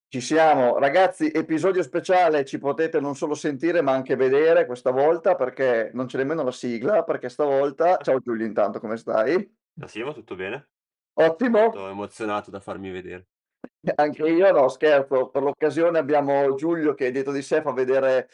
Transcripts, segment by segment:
Ci siamo, ragazzi, episodio speciale, ci potete non solo sentire ma anche vedere questa volta perché non c'è nemmeno la sigla, perché stavolta... Ciao Giulio, intanto come stai? Ah sì, ma tutto bene? Ottimo, Molto emozionato da farmi vedere. anche io no, scherzo, per l'occasione abbiamo Giulio che dietro di sé fa vedere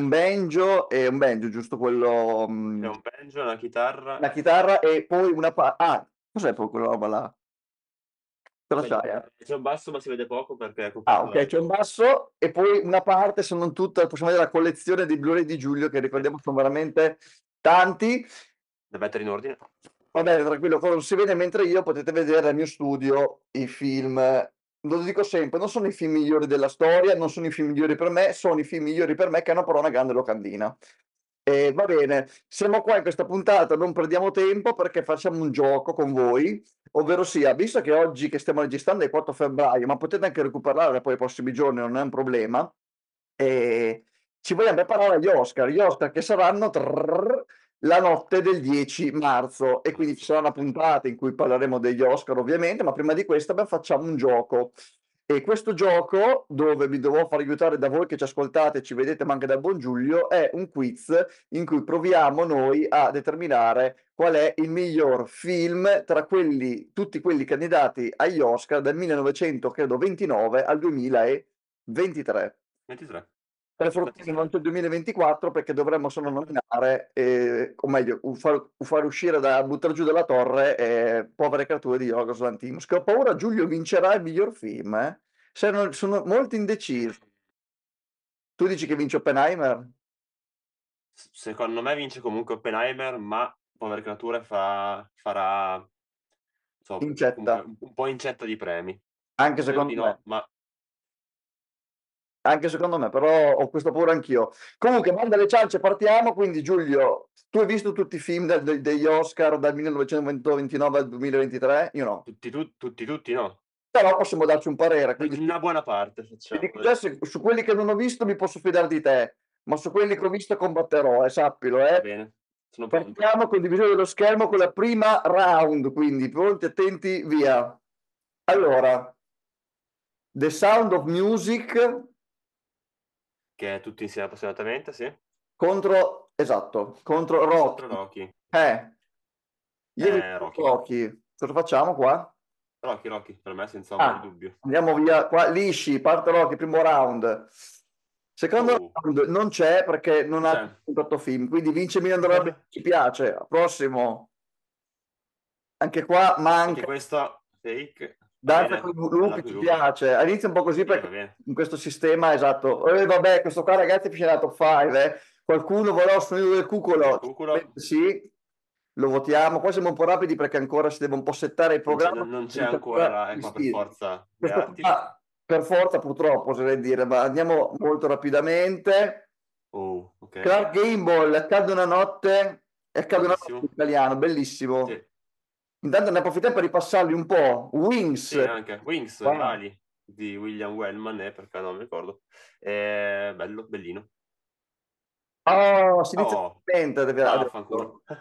un banjo, giusto quello, C'è un banjo, una chitarra, una chitarra e poi cos'è poi quella roba là? Te la sai, eh? c'è un basso ma si vede poco perché è Ah, coperto ok, c'è un dall'albero. basso e poi una parte, se non tutta, possiamo dire la collezione di Blu-ray di Giulio, che Sì, ricordiamo sono veramente tanti. da mettere in ordine. Va bene, tranquillo, quello non si vede, mentre io potete vedere nel mio studio i film. Lo dico sempre, non sono i film migliori della storia, non sono i film migliori per me, sono i film migliori per me che hanno però una grande locandina. E va bene, siamo qua in questa puntata, non perdiamo tempo perché facciamo un gioco con voi, ovvero sia, visto che oggi che stiamo registrando è il 4 febbraio, ma potete anche recuperare poi i prossimi giorni, non è un problema, e ci vogliamo preparare gli Oscar che saranno la notte del 10 marzo e quindi ci sarà una puntata in cui parleremo degli Oscar ovviamente, ma prima di questo facciamo un gioco. E questo gioco, dove vi dovrò far aiutare da voi che ci ascoltate, ci vedete, ma anche dal buon Giulio, è un quiz in cui proviamo noi a determinare qual è il miglior film tra quelli, tutti quelli candidati agli Oscar dal 1929 al 2023. 23. Per Fatti fortuna non strani. c'è il 2024 perché dovremmo solo nominare, o meglio, far uscire da buttare giù dalla torre Povere creature di Yorgos Lanthimos, che ho paura Giulio vincerà il miglior film, eh? Sono molto indeciso. Tu dici che vince Oppenheimer? Secondo me vince comunque Oppenheimer, ma Povere Creature farà, so, comunque Incetta, un po' incetta di premi. anche Spero secondo di me. no, ma Anche secondo me, però ho questa paura anch'io. Comunque, manda le ciance, partiamo. Quindi, Giulio, tu hai visto tutti i film degli Oscar dal 1929 al 2023? Io no. tutti no. Però possiamo darci un parere. Quindi, Una buona parte ti facciamo, dico dai. già, su quelli che non ho visto mi posso fidare di te, ma su quelli che ho visto combatterò, sappilo, Va eh. bene, sono pronto. Partiamo con divisione dello schermo con la prima round, quindi pronti, attenti, via. Allora, The Sound of Music Che è tutti insieme appassionatamente, sì. contro Contro Rocky. Rocky. Ieri Rocky. Rocky. Cosa facciamo qua? Rocky, per me senza ombra di Ah, dubbio. andiamo via qua, lisci, parte Rocky, primo round. Secondo Oh, round non c'è perché non non ha c'è. tutto film, quindi vince Milan Della ci piace. Prossimo, anche qua Anche manca. questo fake. Va Danza con bene, i alla lupi coi ci lupi. piace. All'inizio un po' così Va perché bene. in questo sistema, esatto. Vabbè, questo qua ragazzi finisce la top 5, eh. Qualcuno vuole lo sonido del Del cucolo? cuculo. Sì, lo votiamo. Poi siamo un po' rapidi perché ancora si deve un po' settare il programma. Non c'è Non c'è ancora ancora la... gli qua per iscritti. forza gli Questo altri. qua, per forza, purtroppo, oserei dire, ma andiamo molto rapidamente. Oh, ok. Clark Gable, accade una notte, e accade una notte in Bellissimo. italiano, bellissimo. Sì, Intanto ne approfittiamo per ripassarli un po'. Wings, sì, anche. Wings, wow. Ali, di William Wellman, perché non mi ricordo. Bello, bellino. Oh, si inizia Oh, veramente vaffanculo. adesso.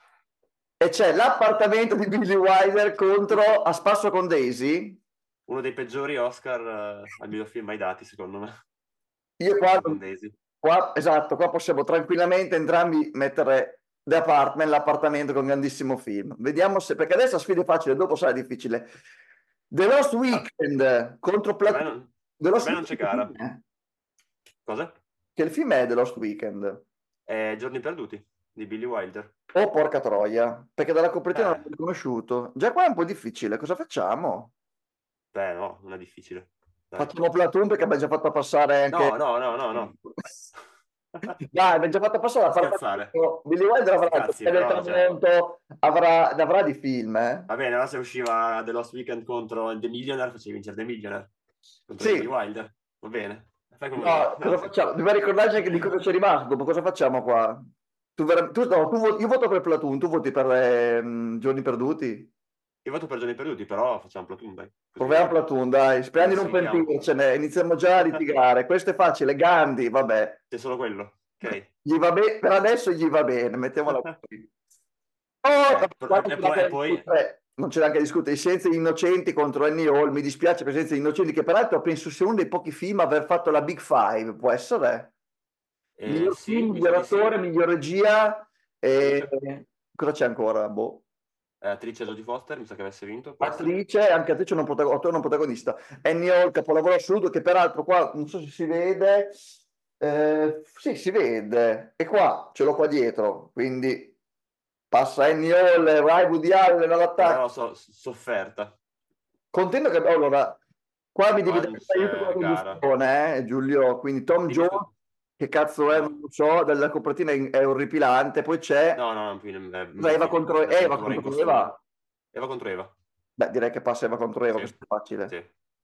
E c'è l'appartamento di Billy Wilder contro A spasso con Daisy. Uno dei peggiori Oscar al miglior film mai dati, secondo me. Io qua, Passo con Daisy. esatto, qua possiamo tranquillamente entrambi mettere The Apartment, l'appartamento con un grandissimo film. Vediamo se, perché adesso la sfida è facile, dopo sarà difficile. The Lost Ah, Weekend contro per me Platoon. non, The per Lost me non c'è Weekend che film gara. è? Cosa? Che il film è The Lost Weekend? Giorni perduti di Billy Wilder. Oh, porca troia, perché dalla copertina non Eh, l'ho riconosciuto. Già qua è un po' difficile, cosa facciamo? beh, no, non è difficile. Dai. Facciamo Platoon perché abbiamo già fatto passare anche... No, no, no, no, no. Dai, abbiamo già fatto passare Non la parte... scherzare. Billy Wilder Sti avrà il cazzi, Città del però, cioè. Tramonto, ne avrà di film, eh? Va bene, allora se usciva The Lost Weekend contro The Millionaire, facevi vincere The Millionaire. Contro Billy Sì, Wilder. Va bene. Fai come vuoi. no, cosa facciamo? Dobbiamo ricordarci anche di cosa c'è rimasto, dopo cosa facciamo qua? Io voto per Platoon, tu voti per Giorni Perduti? Io voto per Giorni perduti, però facciamo Platoon, dai. Proviamo Così Platoon, dai, speriamo di non sfidiamo. pentircene, iniziamo già a litigare. Questo è facile, Gandhi, vabbè. C'è solo quello. Ok. Gli va bene, per adesso gli va bene, mettiamola così. Oh, E poi... non c'è neanche da discutere, Senza Innocenti contro Annie Hall, mi dispiace per Senza Innocenti, che peraltro penso sia uno dei pochi film a aver fatto la Big Five, può essere? Miglior Sì, film, mi sa miglior di sì. attore, miglior regia, e Attrice, cosa c'è ancora? Boh. attrice Jodie Foster, mi sa che avesse vinto, può essere? Attrice, anche attrice non attore non protagonista. Annie Hall, capolavoro assoluto, che peraltro qua, non so se si vede, sì, si vede, e qua, ce l'ho qua dietro, quindi passa Annie Hall, vai Woody Allen Però all'attacco. sofferta. Contento che, allora, qua mi devi dare Once, aiuto con la gara. conduzione, Giulio, quindi Tom Dimmi Jones, scusa. che cazzo è, No, non lo so, dalla copertina è orripilante, poi c'è no, no, è un Cosa, bel Eva film. contro La gente Eva muore in contro costume. Eva. Eva contro Eva. Beh, direi che passa Eva contro Eva, Sì, questo è facile. sì.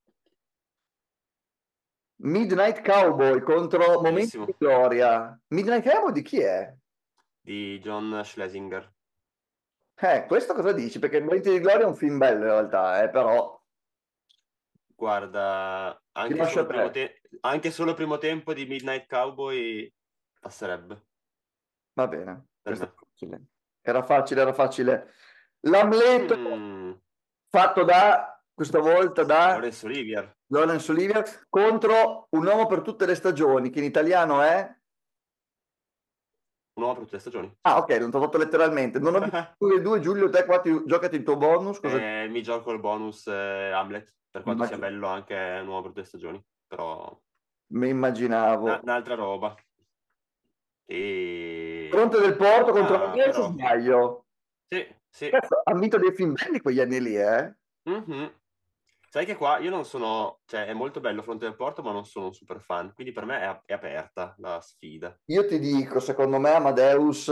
Midnight Cowboy contro Momenti di Bellissimo. Gloria. Midnight Cowboy di chi è? Di John Schlesinger. Questo cosa dici? Perché Momenti di Gloria è un film bello in realtà, però Guarda, ti lascio a te. anche solo il primo tempo di Midnight Cowboy passerebbe Va bene, per questo me. è facile. Era facile, era facile. L'Amleto Mm, fatto questa volta da Laurence Olivier. Laurence Olivier contro Un uomo per tutte le stagioni, che in italiano è... Un uomo per tutte le stagioni. Ah, ok, l'ho tradotto letteralmente. Non ho visto le due, Giulio, te qua giocati il tuo bonus, cosa... Mi gioco il bonus Hamlet, per quanto sia Immag- bello anche un uomo per tutte le stagioni. Però Mi immaginavo. un'altra roba. E... Fronte del Porto contro Ah, Amiens, o però... sbaglio? Sì, sì. Cazzo, ha vinto dei film belli quegli anni lì, eh? Mhm. Sai che qua io non sono... Cioè, è molto bello Fronte del Porto, ma non sono un super fan. Quindi per me è aperta la sfida. Io ti dico, secondo me Amadeus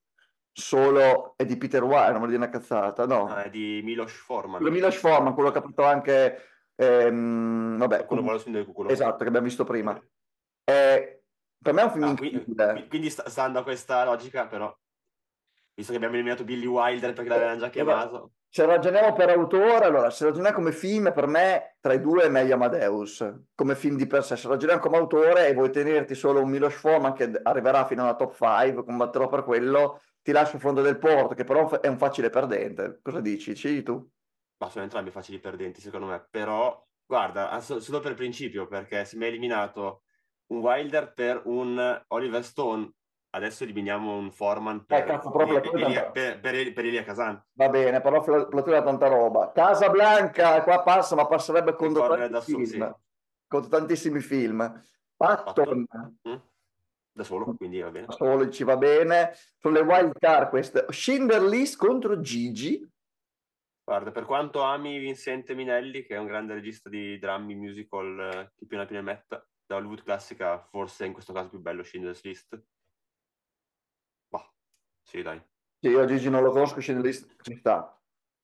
solo è di Peter Weir, non vuol dire una cazzata, No, no. è di Milos Quello Forman. Milos Forman, quello che ha fatto anche, vabbè, Quello vuole su del cuculo. esatto, che abbiamo visto prima. Sì. Per me è un film Ah, incredibile. quindi stando a questa logica, però, visto che abbiamo eliminato Billy Wilder perché l'avevano già Allora, chiamato, se ragioniamo per autore, allora, se ragioniamo come film, per me tra i due è meglio Amadeus, come film di per sé. Se ragioniamo come autore e vuoi tenerti solo un Milos Forman che arriverà fino alla top 5, combatterò per quello, ti lascio il Fronte del Porto, che però è un facile perdente. Cosa dici? Scegli tu? ma sono entrambi facili perdenti, secondo me. Però, guarda, solo per principio, perché se mi hai eliminato un Wilder per un Oliver Stone, adesso eliminiamo un Foreman Cazzo, però Platone è tanta... per Elia Kazan, Va bene, però Platone ha tanta roba. Casablanca, qua passa, ma passerebbe che contro corre tanti da solo, sì. film. Contro tantissimi film. Patton? Patton, Mm? Da solo, quindi va bene. solo ci va bene. Sono le wild card queste. Schindler List contro Gigi. Guarda, per quanto ami Vincente Minelli, che è un grande regista di drammi musical, chi più ne ha più ne metta, da Hollywood classica, forse in questo caso più bello Schindler's List. Bah, sì, dai. Sì, io Gigi non lo conosco, Schindler List ci sta.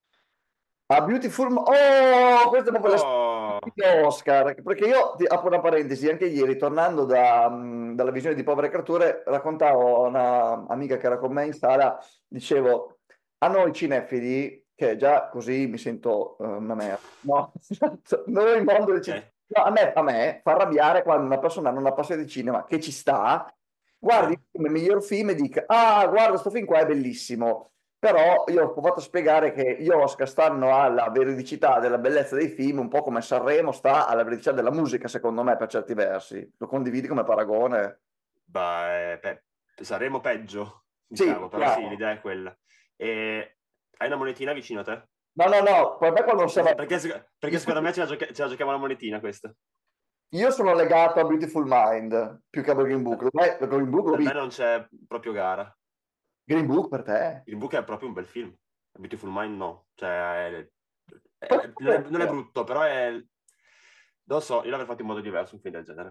A Beautiful... Oh, questa è proprio la Oh, di Oscar. Perché io, apro una parentesi, anche ieri, tornando dalla visione di Povere Creature, raccontavo a una amica che era con me in sala, dicevo, a noi cinefili, che già così mi sento una merda, no? Noi il mondo del cinema... ok, No, a me fa arrabbiare quando una persona non ha passione di cinema, che ci sta, sì. guardi come miglior film e dica, ah, guarda, sto film qua è bellissimo. Però io ho provato a spiegare che gli Oscar stanno alla veridicità della bellezza dei film, un po' come Sanremo sta alla veridicità della musica, secondo me, per certi versi. Lo condividi come paragone? Bah, saremo peggio, Sì, diciamo, però sì, chiaro. l'idea è quella. E hai una monetina vicino a te? No, no, no, per me quando siamo... Perché secondo me ce la giochiamo la monetina questa. Io sono legato a Beautiful Mind più che a Green Book. Green Book l'ho Per me visto. non c'è proprio gara. Green Book per te? Il Book è proprio un bel film. Beautiful Mind no. Cioè, Però- non è brutto, però è... Non lo so, io l'avrei fatto in modo diverso un film del genere.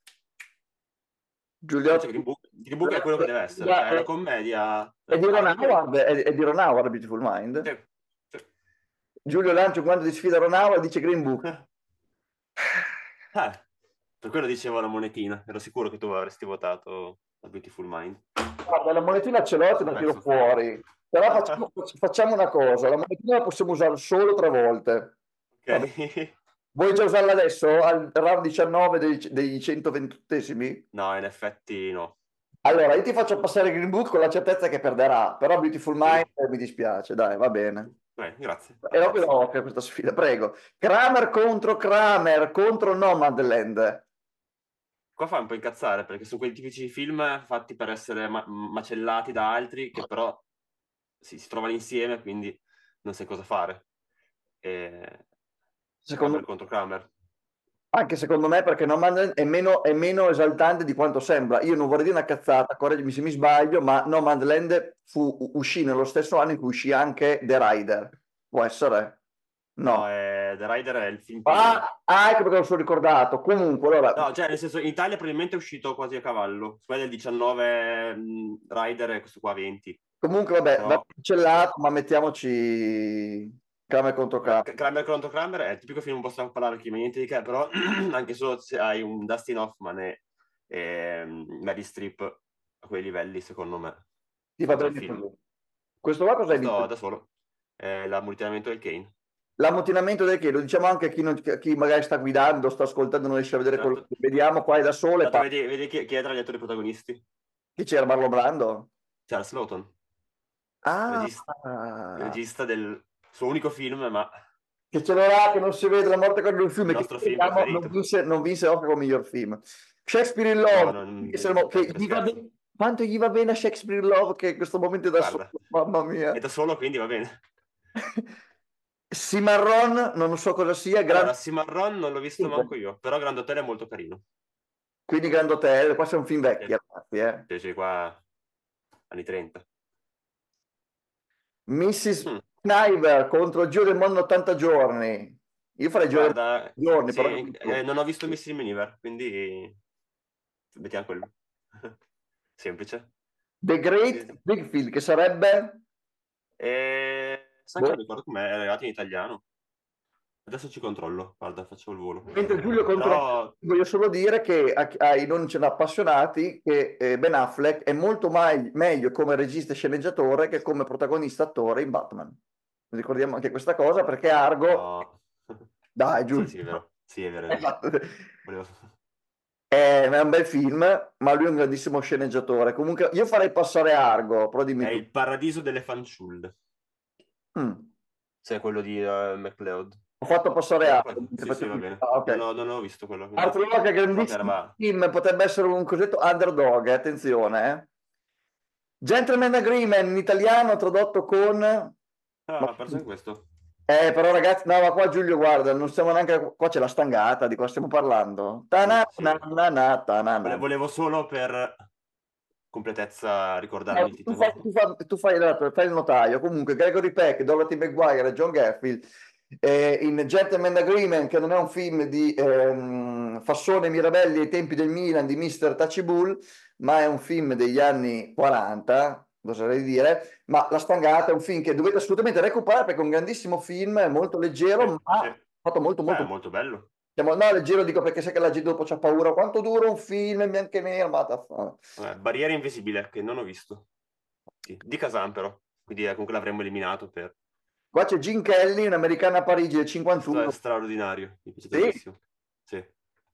Invece Giuliotti... Green Book è quello che deve essere, cioè è una commedia... È di Ah, Ron dimmi, dimmi. Howard, è di Ron Howard, Beautiful Mind. Sì, sì. Giulio lancia un guanto di sfida a Ron Howard, dice Green Book. Per quello dicevo la monetina. Ero sicuro che tu avresti votato a Beautiful Mind. Guarda, la monetina ce l'ho, te Sto la tiro pezzo. fuori. Però facciamo una cosa, la monetina la possiamo usare solo 3 volte. Vabbè. Ok. Vuoi già usarla adesso, al round 19 dei 128esimi? No, in effetti no. Allora, io ti faccio passare Green Book con la certezza che perderà, però Beautiful Mind Sì. mi dispiace, dai, va bene. Grazie. È ovvio Apprezzo. che questa sfida, prego. Kramer contro Nomadland. Qua fa un po' incazzare perché sono quei tipici film fatti per essere macellati da altri che però si trovano insieme, quindi non sai cosa fare. E... Secondo Kramer contro Kramer. Anche secondo me, perché Nomadland è meno esaltante di quanto sembra. Io non vorrei dire una cazzata, correggimi se mi sbaglio, ma Nomadland uscì nello stesso anno in cui uscì anche The Rider. Può essere? No, No. The Rider è il film prima. Ecco perché lo sono ricordato. Comunque, allora, No, cioè, nel senso, in Italia probabilmente è uscito quasi a cavallo. Quello del 19 Rider e questo qua 20. comunque vabbè, va Però cancellato, ma mettiamoci Kramer contro vabbè, Kramer. Kramer contro Kramer è il tipico film un po' strappalato, ma niente di che, però anche solo se hai un Dustin Hoffman e Meryl Streep a quei livelli, secondo me, Ti va contro il bene film. così. Questo qua cosa hai Questo visto? da solo è l'ammutinamento del Kane. L'ammutinamento del che lo diciamo anche a chi magari sta guidando, sta ascoltando, non riesce a vedere quello Esatto. che vediamo qua è da solo e Dato vedi chi è tra gli attori protagonisti? chi c'era Marlon Brando? Charles Lawton, Ah, regista, regista del suo unico film, ma che ce l'ha che non si vede la morte con un il film che nostro film vediamo, preferito. non vinse Oscar come miglior film. Shakespeare in No, Love, non per scherzo. quanto gli va bene a Shakespeare in Love che in questo momento è da solo, Guarda, mamma è mia. da solo, quindi va bene. Cimarron, non so cosa sia, Allora, Cimarron non l'ho visto manco quindi io, però Grand Hotel è molto carino. Grand Hotel, qua c'è un film Sì, vecchio, ragazzi, eh. sì, sì, qua anni 30. Mrs. Mm, Sniper contro il Giro del Mondo 80 giorni. Io farei il Giro del guarda, Mondo 80 giorni, però sì, non ho visto Miss Miniver, quindi mettiamo quello. Semplice. The Sì, Great sì. Big Field, che sarebbe... Sai che Boh. non ricordo com'è, è arrivato in italiano. Adesso ci controllo, guarda, faccio il volo. Mentre Giulio contro me, Però, voglio solo dire che ai non ce n'è appassionati che Ben Affleck è molto meglio come regista e sceneggiatore che come protagonista attore in Batman. Ricordiamo anche questa cosa perché Argo, no. dai Sì, Giulio, sì, è vero. Sì, è vero. esatto. Volevo... È un bel film, ma lui è un grandissimo sceneggiatore. Comunque io farei passare Argo, però È dimmi tu. il paradiso delle fanciulle. Mm. Cioè quello di McLeod. Ho fatto passare Argo. Sì, sì, va bene. Ah, Non ok. ho, non ho visto quello, quindi Altro che so che grandissimo era... film, potrebbe essere un cosiddetto underdog, attenzione. Gentleman Agreement in italiano tradotto con... Ah, ha perso in questo. Però ragazzi, no, ma qua Giulio, guarda, non stiamo neanche... Qua c'è la stangata, di cosa stiamo parlando? Sì. Ta-na-na-na-na-na. Volevo solo per completezza ricordarmi il Tu fai, titolo. esatto, fai il notaio. Comunque, Gregory Peck, Dorothy McGuire e John Garfield in Gentleman Agreement, che non è un film di Fassone e Mirabelli ai tempi del Milan di Mr. Touchable, ma è un film degli anni 40, oserei dire. Ma La Stangata è un film che dovete assolutamente recuperare perché è un grandissimo film, è molto Sì, leggero, sì. ma fatto molto, È molto. molto bello. No, leggero dico perché sai che la gente dopo c'ha paura. Quanto dura un film in bianco e nero? Ma Barriera Invisibile, che non ho visto. Sì, di Kazan però, quindi comunque l'avremmo eliminato per... Qua c'è Gene Kelly, un'americana a Parigi del Questo è 51. straordinario, mi piace Sì, tantissimo. Sì.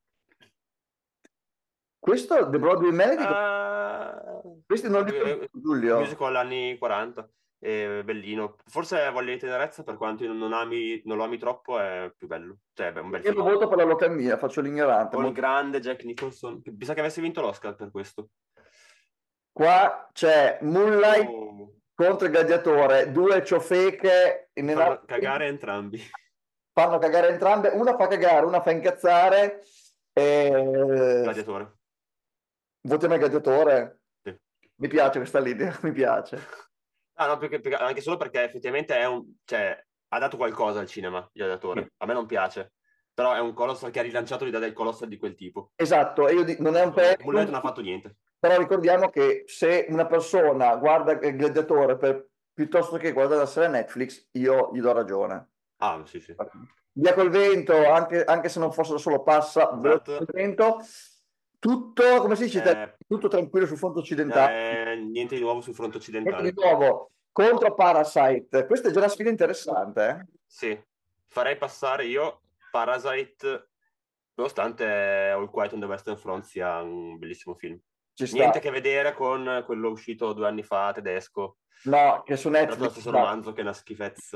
questo The Broadway Melody, Ah, questi non li ho visti, Giulio. musical anni 40, bellino. Forse Voglia di tenerezza, per quanto io non lo ami troppo, è più bello. Cioè, è un bel Io lo film. voto per la locandina, faccio l'ignorante. Con il grande Jack Nicholson, che mi sa che avesse vinto l'Oscar per questo. Qua c'è Moonlight Oh, contro il Gladiatore, due ciofeche mi fanno cagare entrambi. fanno cagare entrambe, una fa cagare, una fa incazzare. Gladiatore. Votiamo il Gladiatore. Sì. Mi piace questa linea, mi piace. Ah, no, anche solo perché effettivamente è cioè, ha dato qualcosa al cinema, il Sì. Gladiatore. A me non piace, però è un colossal che ha rilanciato l'idea del colossal di quel tipo. Esatto, e io non è un Moonlight pezzo, non ha fatto niente. però ricordiamo che se una persona guarda il Gladiatore piuttosto che guardare la serie Netflix, io gli do ragione. Ah, sì, sì. Via col vento, anche se non fosse da solo passa, veloce col Esatto. vento, tutto, come si dice, Eh, tutto tranquillo sul fronte occidentale. niente di nuovo sul fronte Niente di occidentale. nuovo, contro Parasite, questa è già una sfida interessante, eh? Sì, farei passare io Parasite, nonostante All Quiet on the Western Front sia un bellissimo film. Ci sta. Niente a che vedere con quello uscito 2 anni fa, tedesco, No, che su tratto dallo Netflix, stesso no. romanzo, che è una schifezza.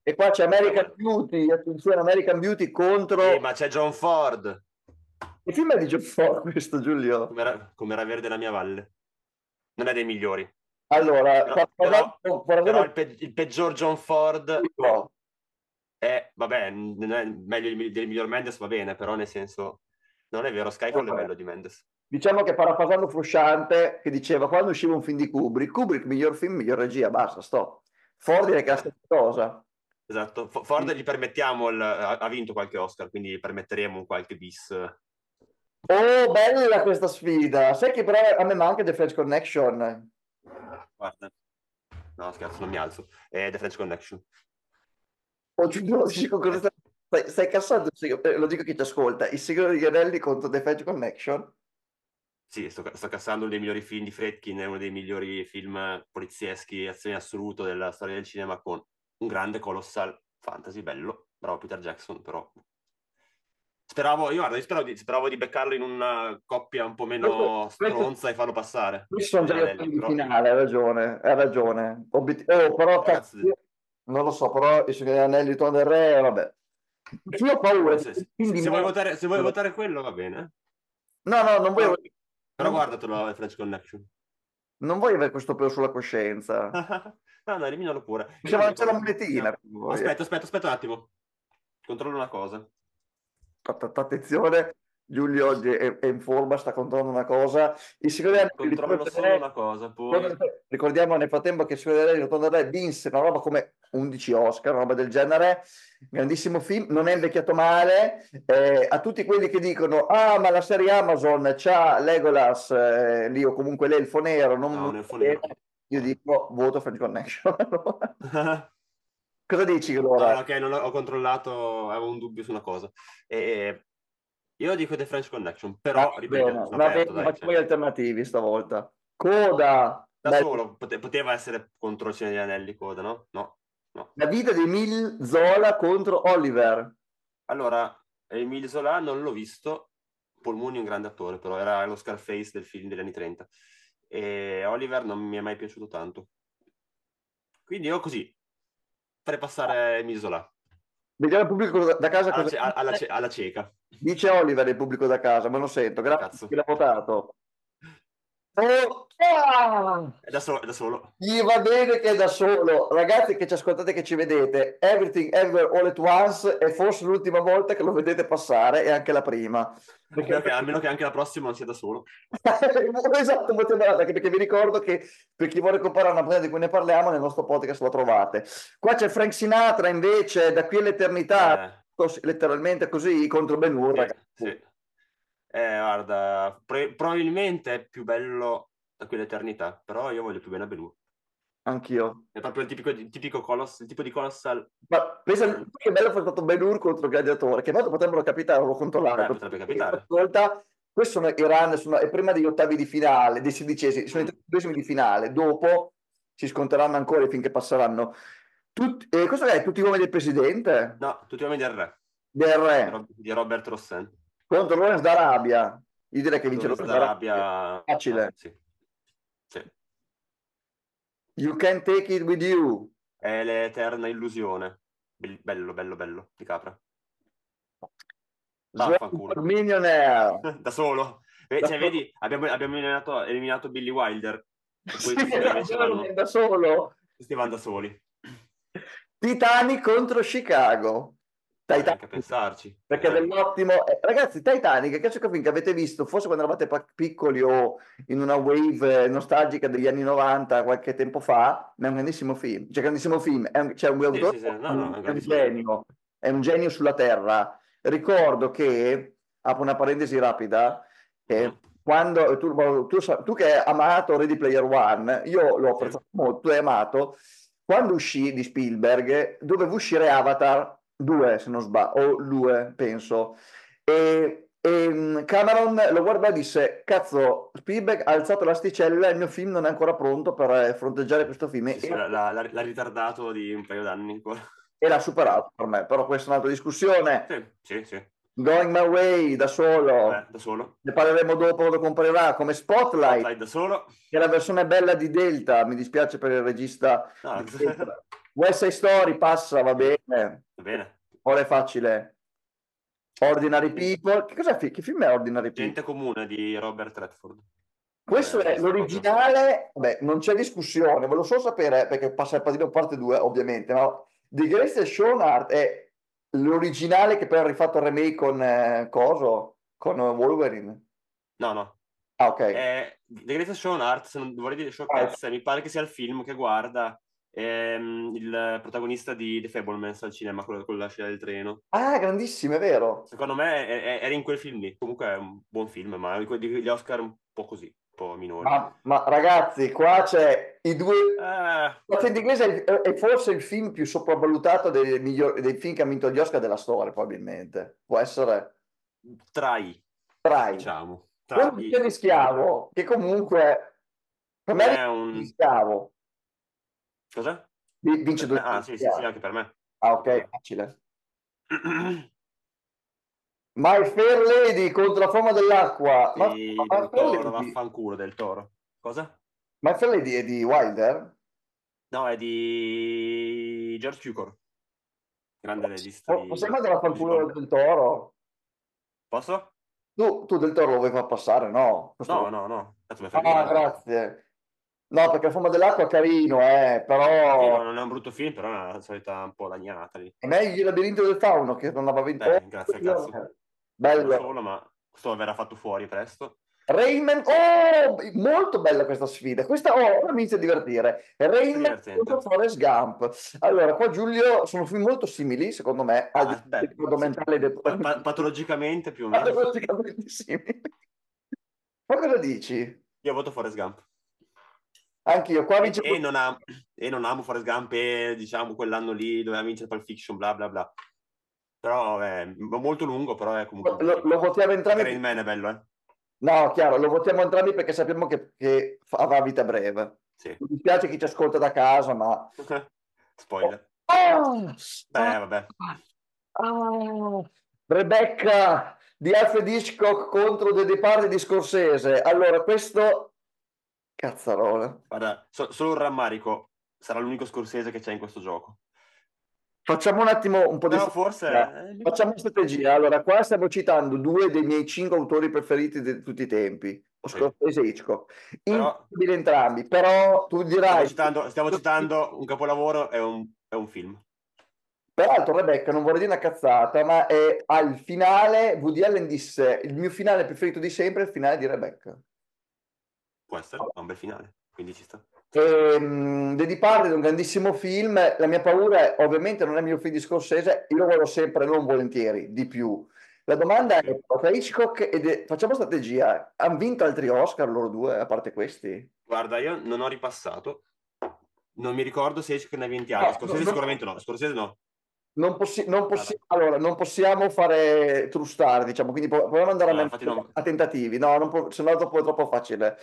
E qua c'è American Beauty, attenzione, American Beauty contro... Ma c'è John Ford. Che film è di John Ford questo, Giulio? Come era verde la mia valle. Non è dei migliori. Allora, Però il peggior John Ford no. vabbè, non è meglio del miglior Mendes, va bene, però nel senso, non è vero, Skyfall è bello di Mendes. Diciamo che parafrasando Frusciante, che diceva quando usciva un film di Kubrick, miglior film, miglior regia, basta, stop. Ford direi che è la stessa cosa. Esatto, Ford gli permettiamo, ha vinto qualche Oscar, quindi gli permetteremo un qualche bis. Oh, bella questa sfida. Sai che però a me manca The French Connection. Guarda, no scherzo, non mi alzo. È The French Connection. Oh, Giulio, dico, stai cassando, lo dico a chi ci ascolta, il Signore degli Anelli contro The French Connection. Sì, sto cassando uno dei migliori film di Friedkin, è uno dei migliori film polizieschi, azione assoluto della storia del cinema, con un grande colossal fantasy, bello, bravo Peter Jackson, però speravo di beccarlo in una coppia un po' meno stronza e farlo passare. Questi sono già gli Anelli, ottavi di però... finale, hai ragione, hai ragione. Però cazzo, Ragazzi, non lo so, però il Signore degli Anelli, Ritorno del Re, vabbè. Io ho paura se vuoi votare quello va bene. No, no, non voglio... Però guardatelo la French Connection. Non voglio avere questo peso sulla coscienza. No, eliminalo pure. Possiamo lanciare la monetina. Aspetta un attimo. Controllo una cosa. Attenzione, Giulio oggi è in forma, sta controllando una cosa. Il Signore degli Controllo solo una cosa, poi... Ricordiamo nel frattempo che il Signore degli Anelli Re vinse una roba come 11 Oscar, una roba del genere. Grandissimo film, non è invecchiato male. A tutti quelli che dicono ah ma la serie Amazon c'ha Legolas lì o comunque l'elfo nero, un elfo nero. Io dico voto French Connection. Cosa dici allora? No, ok, non ho controllato, avevo un dubbio su una cosa. Io dico The French Connection, però, ripeto, sono Va aperto, bene, dai. facciamo gli alternativi stavolta. Coda. Da solo, poteva essere contro il Signore degli Anelli, Coda, no? No. La vita di Emile Zola contro Oliver. Allora, Emile Zola non l'ho visto, Paul Mooney è un grande attore, però era lo Scarface del film degli anni 30. E Oliver non mi è mai piaciuto tanto. Quindi io così, farei passare Emile Zola. Vediamo il pubblico da casa cosa alla cieca. dice Oliver, il pubblico da casa, me lo sento. Grazie a chi l'ha votato. Oh, È da solo. gli va bene che è da solo. Ragazzi che ci ascoltate, che ci vedete, Everything Everywhere All at Once è forse l'ultima volta che lo vedete passare e anche la prima. Almeno che anche la prossima non sia da solo. Esatto, anche perché vi ricordo che per chi vuole comprare una prenda di cui ne parliamo nel nostro podcast lo trovate. Qua c'è Frank Sinatra invece, Da qui all'eternità, letteralmente così, contro Ben Hur, ragazzi. Sì. Guarda, probabilmente è più bello Da qui all'eternità, però io voglio più bene a Ben Hur. Anch'io. È proprio il tipo di Colossal. Ma pensa che bello fosse stato Ben Hur contro il Gladiatore, che molto potrebbero capitare, l'ho controllato. Potrebbe capitare. Ascolta, questi sono i run, è prima degli ottavi di finale, dei sedicesimi, sono i 32esimi di finale, dopo si sconteranno ancora i film che passeranno. Questo è Tutti gli uomini del presidente? No, Tutti gli uomini del re. Del re. Di Robert Rossen. Contro Lawrence d'Arabia. Io direi che vince Lawrence d'Arabia. Facile. Sì. You Can Take It With You. È l'eterna illusione. Bello, bello, bello, di Capra. Millionaire. Da solo. Cioè, vedi, abbiamo eliminato Billy Wilder. Sì, da solo. Questi vanno da soli. Titanic contro Chicago. Titanic, a pensarci. Perché dell'ottimo ragazzi, Titanic, che film che avete visto forse quando eravate piccoli o in una wave nostalgica degli anni 90 qualche tempo fa, ma è un grandissimo film, cioè grandissimo film, è un genio, è un genio sulla terra. Ricordo che, apro una parentesi rapida, quando tu che hai amato Ready Player One, io l'ho apprezzato molto, tu hai amato, quando uscì di Spielberg doveva uscire Avatar 2 se non sbaglio, o 2 penso, e Cameron lo guardò e disse cazzo, Spielberg ha alzato l'asticella, il mio film non è ancora pronto per fronteggiare questo film. Sì, l'ha ritardato di un paio d'anni ancora. E l'ha superato per me, però questa è un'altra discussione. Sì. Going My Way da solo. Da solo. Ne parleremo dopo quando comparirà, come Spotlight da solo. che è la versione bella di Delta, mi dispiace per il regista. No, West Side Story passa, va Sì, bene. va bene. Ora è facile. Ordinary People. Che film è Ordinary Gente People? comune di Robert Redford, come Questo è regista proprio. l'originale, vabbè, non c'è discussione, ve lo so sapere perché passa il Padrino parte 2, ovviamente, ma The Greatest Showman è l'originale che poi ha rifatto il remake con Coso, con Wolverine. No, no. Ah, ok. The Greatest Show on Art, se non vorrei dire Ah, sciocchezze, mi pare che sia il film che guarda il protagonista di The Fablemans al cinema, quello con la scena del treno. ah, grandissimo, è vero. Secondo me era in quel film lì. Comunque è un buon film, ma gli Oscar un po' così, un po' minori. Ma ragazzi, qua c'è i due. Eh, L'accento inglese è forse il film più sopravvalutato dei film che hanno vinto gli Oscar della storia, probabilmente. Può essere. tra i, Trai. diciamo. Tra Quello di i. Piede Schiavo, che comunque per me È vince di un... Schiavo. Cos'è? Vince Per due me? di Ah, sì, sì, sì, Schiavo. anche per me. Ah, Anche per ok, me. facile. My Fair Lady contro la forma dell'acqua. Sì, My del Fair Toro, Lady, vaffanculo del Toro. Cosa? My Fair Lady è di Wilder? No, è di George Cukor, grande regista Possiamo di andare a fanculo musical. del Toro? Posso? Tu del Toro lo vuoi far passare? No. No, no, no. Cazzo, mi fai Ah, ridere. grazie. No, perché la forma dell'acqua è carino, Sì, però no, non è un brutto film, però è una solita un po' lagnata lì. è meglio il labirinto del fauno che non aveva vinto. Oh, Grazie al cazzo. Uno bello. solo, ma questo verrà fatto fuori presto. Rayman, oh, molto bella questa sfida. Questa, oh, ora mi inizia a divertire. Questo è Rayman contro divertente. Forrest Gump. Allora, qua Giulio sono film molto simili, secondo me, al di Ah, là del beh, ricordo sì. mentale del Patologicamente più o meno. patologicamente simili. Ma cosa dici? Io voto Forrest Gump. Anche io, qua E, vince. e non am- e non amo Forrest Gump e diciamo quell'anno lì doveva vincere Pulp Fiction, bla bla bla. Però è molto lungo, però è comunque un bel film. Lo votiamo Anche entrambi. Rain Man è bello, eh? No, chiaro, lo votiamo entrambi perché sappiamo che avrà vita breve. Sì. Mi dispiace chi ci ascolta da casa, ma... Oh, Spoiler. ah! Ah! Beh, vabbè. Ah! Rebecca di Alfred Hitchcock contro The Departed di Scorsese. Allora, questo... Cazzarola. Guarda, solo un rammarico. Sarà l'unico Scorsese che c'è in questo gioco. Facciamo un attimo un po' di Però forse... strategia. Facciamo strategia. Allora, qua stiamo citando due dei miei cinque autori preferiti di tutti i tempi, sì. Scorsese e Hitchcock. Però Incredibili entrambi, però tu dirai... stiamo citando un capolavoro e un film. Peraltro, Rebecca, non vorrei dire una cazzata, ma al finale Woody Allen disse il mio finale preferito di sempre è il finale di Rebecca. Può essere, ha un bel finale, quindi ci sta. The Departed è un grandissimo film. La mia paura è, ovviamente, non è il mio film di Scorsese, io lo guardo sempre, non volentieri, di più. La domanda è: Sì. tra Hitchcock facciamo strategia, hanno vinto altri Oscar loro due, a parte questi? Guarda, io non ho ripassato. Non mi ricordo se ne ha vinti altri. No, no, Scorsese no. sicuramente no. Scorsese no. Ah, vai. Allora, non possiamo fare true star, diciamo, quindi proviamo ad andare No, infatti no. a tentativi. No, se no dopo è troppo facile.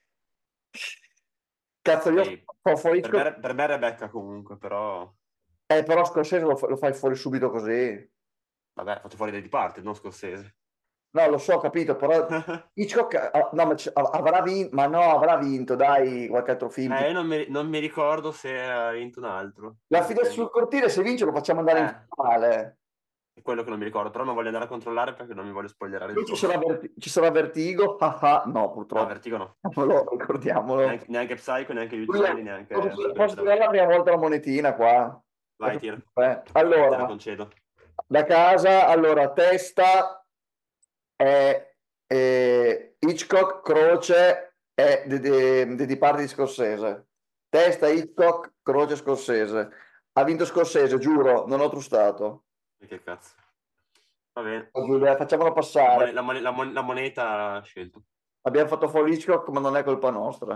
Cazzo, io Poi, fa fuori Hitchcock, per me è Rebecca comunque, però... però Scorsese lo fai fuori subito così. Vabbè, fatto fuori dai Departed, non Scorsese. No, lo so, ho capito, però Hitchcock no, ma avrà vinto, ma no, avrà vinto, dai, qualche altro film. Io non mi ricordo se ha vinto un altro. La finestra sul cortile, se vince lo facciamo andare in Eh, finale. è quello che non mi ricordo, però non voglio andare a controllare perché non mi voglio spoilerare il Poi gioco. ci sarà Vertigo, ah, ah, no, No, purtroppo, Vertigo no. ricordiamolo. Neanche Psycho, neanche gli uccelli, neanche Posso Sorpresa da me. tirare la prima volta la monetina qua? Vai, tira. Te la Allora, concedo. da casa, allora, testa è Hitchcock, croce è di parte di Scorsese. Testa Hitchcock, croce Scorsese. Ha vinto Scorsese, giuro, non ho trustato. E che cazzo. Va bene. Giulia, facciamolo passare. La moneta ha scelto. Abbiamo fatto fuori Hitchcock, ma non è colpa nostra.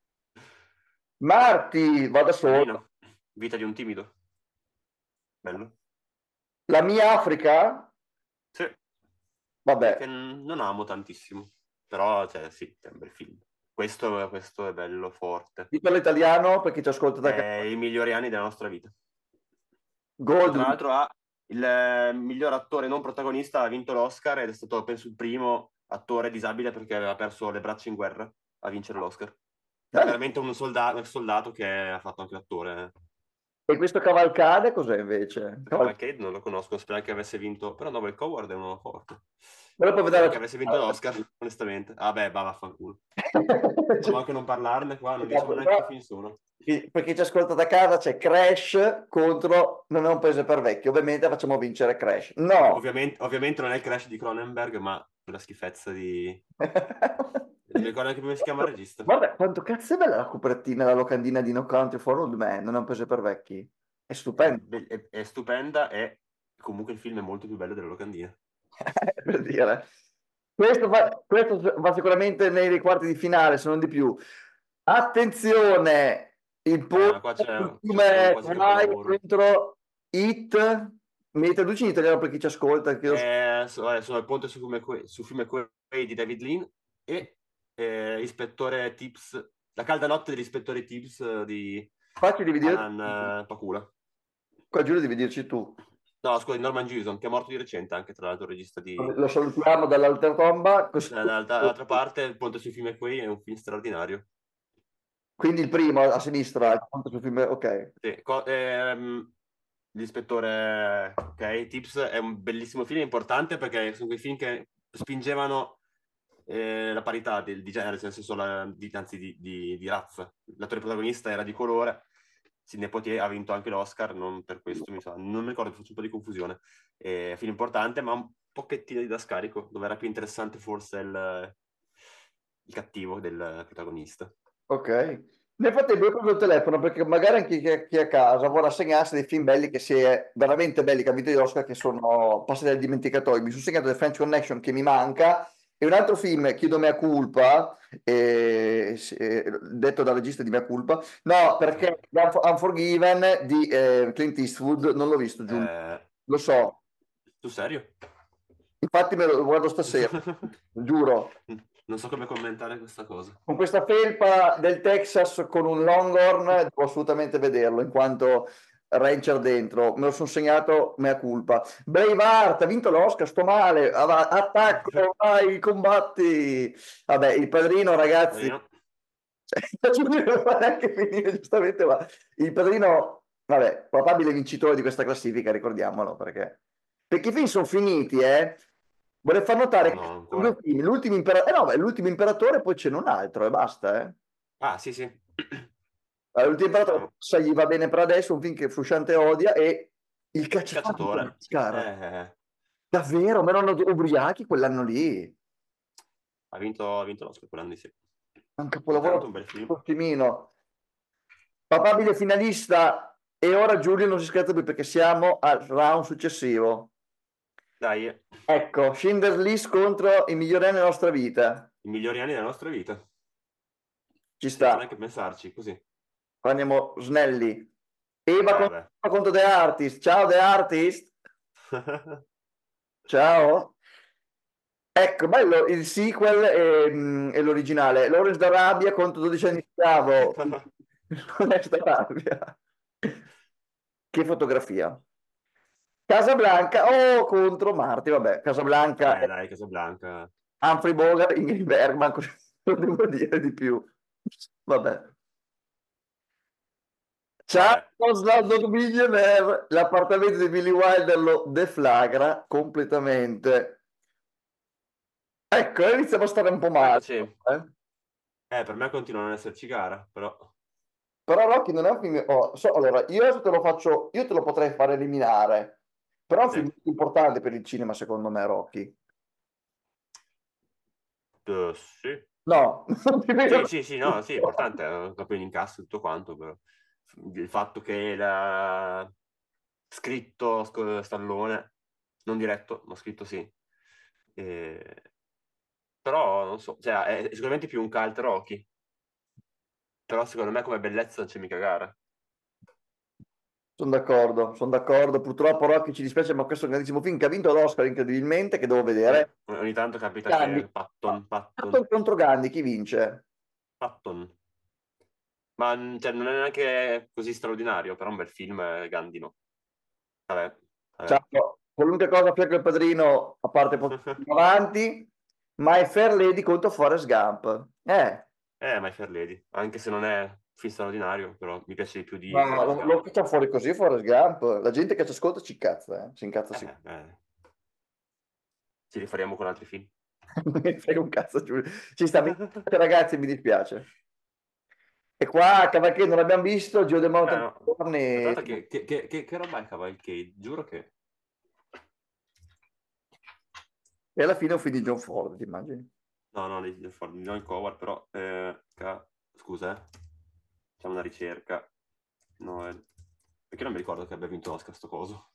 Marti, vado solo. Padrino. Vita di un timido. Bello. La mia Africa? Sì. Che Vabbè, non amo tantissimo. Però, cioè, sì, è un bel film. Questo è bello, forte. dico l'italiano per chi ci ascolta da È casa. i migliori anni della nostra vita. Che tra Goldwyn. l'altro ha il miglior attore non protagonista, ha vinto l'Oscar ed è stato, penso, il primo attore disabile perché aveva perso le braccia in guerra a vincere l'Oscar. Era Bello. veramente un soldato che ha fatto anche l'attore. E questo Cavalcade cos'è invece? Cavalcade non lo conosco, spero che avesse vinto, però no, il Coward è uno forte. Me lo puoi vedere Spero la che avesse vinto l'Oscar, onestamente. Ah beh, va, vaffanculo. Proviamo anche a non parlarne qua, non diciamo neanche che film sono. Per chi ci ascolta da casa c'è Crash contro Non è un paese per vecchi. Ovviamente facciamo vincere Crash. No! Ovviamente non è il Crash di Cronenberg, ma quella schifezza di... Non mi ricordo neanche come si chiama il regista. Guarda quanto cazzo è bella la copertina, la locandina di No Country for Old Men, Non è un paese per vecchi. È stupendo. È stupenda e comunque il film è molto più bello della locandina. Per dire. Questo va sicuramente nei quarti di finale, se non di più. Attenzione, il Ma qua c'è un fiume quasi Kwai capolavoro. contro It. Mi traduci in italiano per chi ci ascolta? Sono il ponte su fiume Quay di David Lean e Ispettore Tips, La calda notte dell'ispettore Tips di Facci devi dire, Alan Pakula. qua Giulio devi dirci tu. No, scusa, Norman Jewison, che è morto di recente anche, tra l'altro, regista di... Lo salutiamo dall'altertomba. Dall'altra parte, Il ponte su fiume Quay è un film straordinario. Quindi il primo a sinistra, Sì. il punto sul film, ok. Sì, l'ispettore Tips è un bellissimo film, importante perché sono quei film che spingevano la parità di genere, nel senso anzi di razza. L'attore protagonista era di colore, Sidney Poitier ha vinto anche l'Oscar, non per questo mi sa, non mi ricordo, faccio un po' di confusione. Film importante, ma un pochettino didascalico, dove era più interessante forse il cattivo del protagonista. Ok. Nel frattempo io prendo il telefono perché magari anche chi è a casa vuole assegnarsi dei film belli che si è veramente belli che ha vinto gli Oscar che sono passati al dimenticatoio. Mi sono segnato The French Connection che mi manca e un altro film, Chiedo mea culpa, detto dal regista di Mea culpa, no, perché Unforgiven di Clint Eastwood non l'ho visto, Giulio, Eh, lo so, sul serio? infatti me lo guardo stasera, giuro. Non so come commentare questa cosa. Con questa felpa del Texas con un Longhorn devo assolutamente vederlo in quanto rancher dentro, me lo sono segnato mea culpa. Braveheart ha vinto l'Oscar, sto male, attacco, vai, combatti. Vabbè, il padrino ragazzi, Carino. non fa neanche finire giustamente, ma il padrino, vabbè, probabile vincitore di questa classifica, ricordiamolo, perché i film sono finiti, eh. Vorrei far notare No, che no, sono due ancora. film, l'ultimo imperatore, no, beh, l'ultimo imperatore, poi c'è un altro e basta, eh. Ah, sì, sì. L'ultimo Ci imperatore stavo. sa, gli va bene per adesso, un film che Frusciante odia, e Il Il cacciatore di cacciatore. Oscar. Davvero, ma erano ubriachi quell'anno lì. Ha vinto l'Oscar quell'anno, sì. Un Altrettanto capolavoro un bel film. Costimino. Papabile finalista, e ora Giulio non si scherza più perché siamo al round successivo. Dai, Ecco, Schindler's List contro I migliori anni della nostra vita. i migliori anni della nostra vita. Ci Senza sta. neanche pensarci, così. Qua andiamo snelli. Eva Vabbè. contro The Artist. Ciao The Artist. Ciao. Ecco, bello il sequel e l'originale. Lawrence d'Arabia contro 12 anni di schiavo. Lawrence d'Arabia. Che fotografia. Casablanca contro Marti, vabbè, Casablanca è Dai, Casablanca. Humphrey Bogart, Ingrid Bergman, non devo dire di più. Vabbè. Ciao, Vabbè. Slumdog Millionaire, l'appartamento di Billy Wilder lo deflagra completamente. Ecco, iniziamo a stare un po' Ah, male. sì. eh. Per me continua a non esserci gara, però... Però Rocky non è un film... allora, io adesso te lo faccio, io te lo potrei fare eliminare, però è un Sì. film molto importante per il cinema, secondo me, Rocky. Sì. No, non ti Sì, vedo. sì, sì, no, sì, è importante, proprio in incasso e tutto quanto, però. Il fatto che l'ha scritto Stallone, non diretto, ma scritto sì. Eh, Però, non so, cioè, è sicuramente più un cult Rocky, però secondo me come bellezza non c'è mica gara. Sono d'accordo, sono d'accordo. Purtroppo Rocky ci dispiace, ma questo è un grandissimo film che ha vinto l'Oscar incredibilmente, che devo vedere. Ogni tanto capita Gandhi. che Patton contro Gandhi, chi vince? Patton. Ma cioè, non è neanche così straordinario, però è un bel film, Gandino. Vabbè, vabbè. Ciao. Qualunque cosa più che il padrino, a parte poi avanti, My Fair Lady contro Forrest Gump. My Fair Lady, anche se non è film straordinario, però mi piace di più di Ma Forrest lo Gump. facciamo fuori così, Forrest Gump. La gente che ci ascolta ci incazza, si incazza sicuro. Eh, ci riferiamo con altri film. Non mi frega un cazzo, Giulio. Ci sta, ragazzi, mi dispiace. E qua, Cavalcade non l'abbiamo visto, Gio De Montagna No. Ma tra giorni. l'altro che roba è Cavalcade? Giuro che... E alla fine è un film di John Ford, ti immagini? No, no, di John Coward, però... scusa, facciamo una ricerca. No, perché non mi ricordo che abbia vinto l'Oscar sto coso.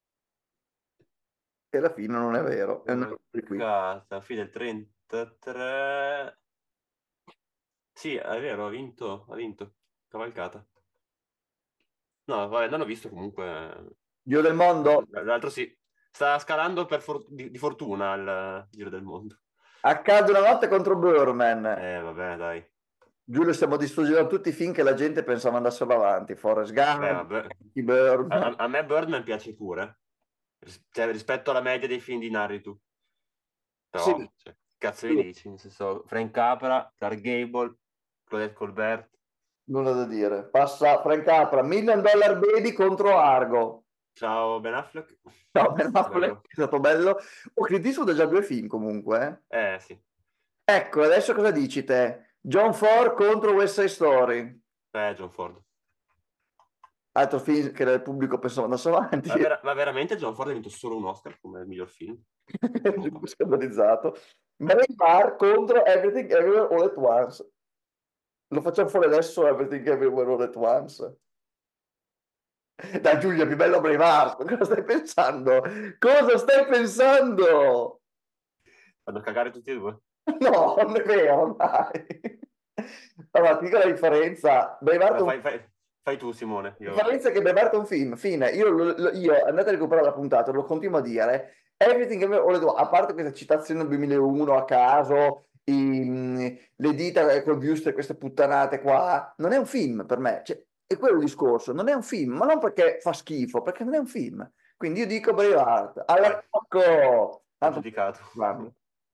E alla fine non è vero. È una roba di qui. Cavalcata, fine del 33... Sì, è vero, ha vinto. Cavalcata. No, vabbè, non ho visto comunque. Dio del mondo, L'altro sì. Sta scalando di fortuna il Giro del Mondo. accade una notte contro Birdman. Vabbè, dai. Giulio, stiamo distruggendo tutti i film che la gente pensava andassero avanti. Forrest Gump, Vabbè. Birdman. A me Birdman piace pure. Cioè, rispetto alla media dei film di Narritu. Sì, Però, cioè, cazzo li dici? Nel senso, Frank Capra, Clark Gable, Claudette Colbert. nulla da dire. Passa Frank Capra, Million Dollar Baby contro Argo. Ciao Ben Affleck. No, Ben Affleck, Bello. è stato bello. Oh, Clint Eastwood ha già due film comunque. Sì. Ecco, adesso cosa dici te? John Ford contro West Side Story. John Ford. Altro film che il pubblico pensava andasse avanti. Ma veramente John Ford ha vinto solo un Oscar come miglior film? Scandalizzato. Braveheart contro Everything Everywhere All at Once. Lo facciamo fuori adesso Everything Everywhere All at Once. Dai Giulia, più bello Braveheart. Cosa stai pensando? Cosa stai pensando? Fanno cagare tutti e due. No, non è vero, dai. Allora, ti dico la differenza. Braveheart è un Fai tu, Simone. La differenza è che Braveheart è un film, fine. Io andate a recuperare la puntata, lo continuo a dire. Everything Everywhere All at Once, a parte questa citazione del 2001 a caso, le dita col Wuster, queste puttanate qua, non è un film per me. Cioè, è quello il discorso, non è un film, ma non perché fa schifo, perché non è un film. Quindi io dico Braveheart. Vai, All'attacco! Tanto... aggiudicato. guarda.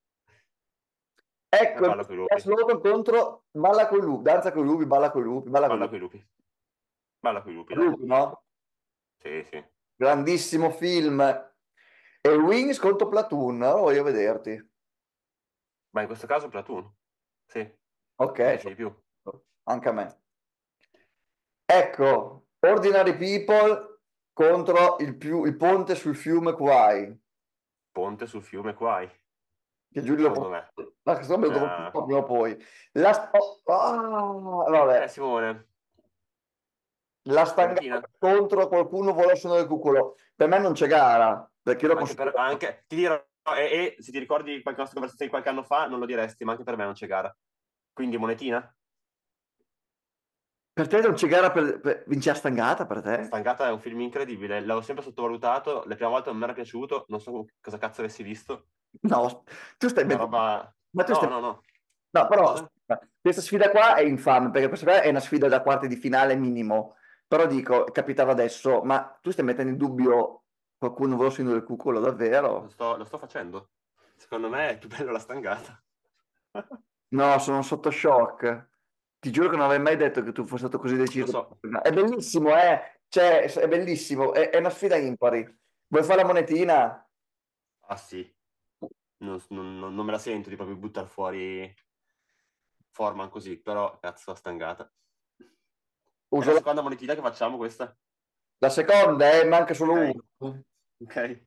Ecco, Balla coi lupi. Slogan contro Balla con i lupi, danza con i lupi, balla con i lupi, balla con i Balla lupi. coi lupi. Balla coi lupi, dai. Lupi, no? Sì, sì. Grandissimo film. E Wings contro Platoon, no? Voglio vederti. Ma in questo caso Platoon. Sì, Ok, mi piace di più. anche a me. Ecco, Ordinary People contro il ponte sul fiume Kwai. Ponte sul fiume Quai, Che Giulio secondo me. questo me lo dovrò fare prima o poi. Vabbè. Simone, La stangata monetina? contro qualcuno vuole suonare il cuculo. Per me non c'è gara, perché io lo considero... Anche, ti dirò, se ti ricordi qualche nostra conversazione di qualche anno fa, non lo diresti, ma anche per me non c'è gara. Quindi monetina? Per te non c'è gara vince la stangata per te? Stangata è un film incredibile, l'avevo sempre sottovalutato, la prima volta non mi era piaciuto, non so cosa cazzo avessi visto. No, tu stai Una mettendo... roba... Ma tu No, stai... no, no. No, però Cosa? aspetta, questa sfida qua è infame, perché questa qua è una sfida da quarti di finale minimo. Però dico, capitava adesso, ma tu stai mettendo in dubbio qualcuno vuole suonare il cuculo davvero? Lo sto facendo. Secondo me è più bello la stangata. No, sono sotto shock. Ti giuro che non avrei mai detto che tu fossi stato così Lo deciso. so. È bellissimo, eh? Cioè, è bellissimo, è una sfida impari. Vuoi fare la monetina? Ah sì, non me la sento di proprio buttare fuori Forman così, però cazzo la stangata. È Uso la la, seconda monetina che facciamo questa? la seconda, manca solo Ok, uno. ok.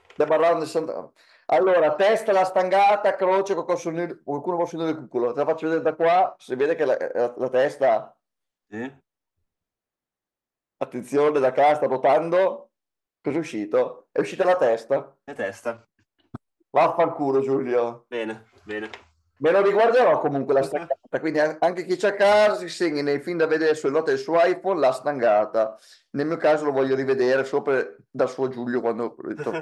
Allora, testa la stangata, croce, qualcuno vuole suonare il cuculo. Te la faccio vedere da qua, si vede che la testa, Sì? attenzione, da qua sta ruotando. Cos'è uscito? È uscita la testa. E testa. Vaffanculo, Giulio. Bene, bene. Me lo riguarderò comunque la stangata, quindi anche chi c'è a casa si segna nei film da vedere sulle note del suo iPhone la stangata. Nel mio caso lo voglio rivedere sopra dal suo Giulio quando ho detto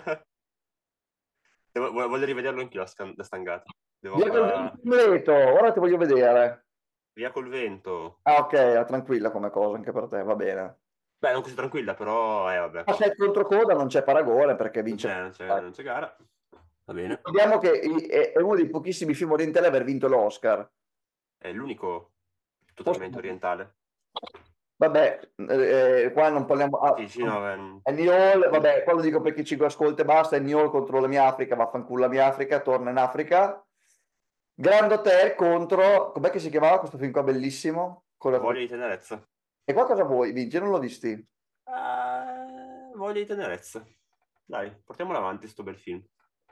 Voglio rivederlo anch'io la stangata. Devo via col ancora... vento, ora ti voglio vedere. Via col vento. Ah, ok, tranquilla come cosa anche per te, va bene. Beh, non così tranquilla, però vabbè. Ma se è controcoda non c'è paragone perché vince. Non c'è gara. Va bene. Ricordiamo che è uno dei pochissimi film orientali a aver vinto l'Oscar. È l'unico Forse totalmente orientale. Vabbè, qua non parliamo. Sì, sì, no, beh, Annie Hall, vabbè, qua lo dico per chi ci ascolta e basta. Annie Hall contro la mia Africa, vaffanculo la mia Africa, torna in Africa. Grand Hotel contro. Com'è che si chiamava questo film qua bellissimo? voglia di tenerezza. E qua cosa vuoi, Vinci? Non l'ho visti. Voglia di tenerezza. Dai, portiamolo avanti sto bel film.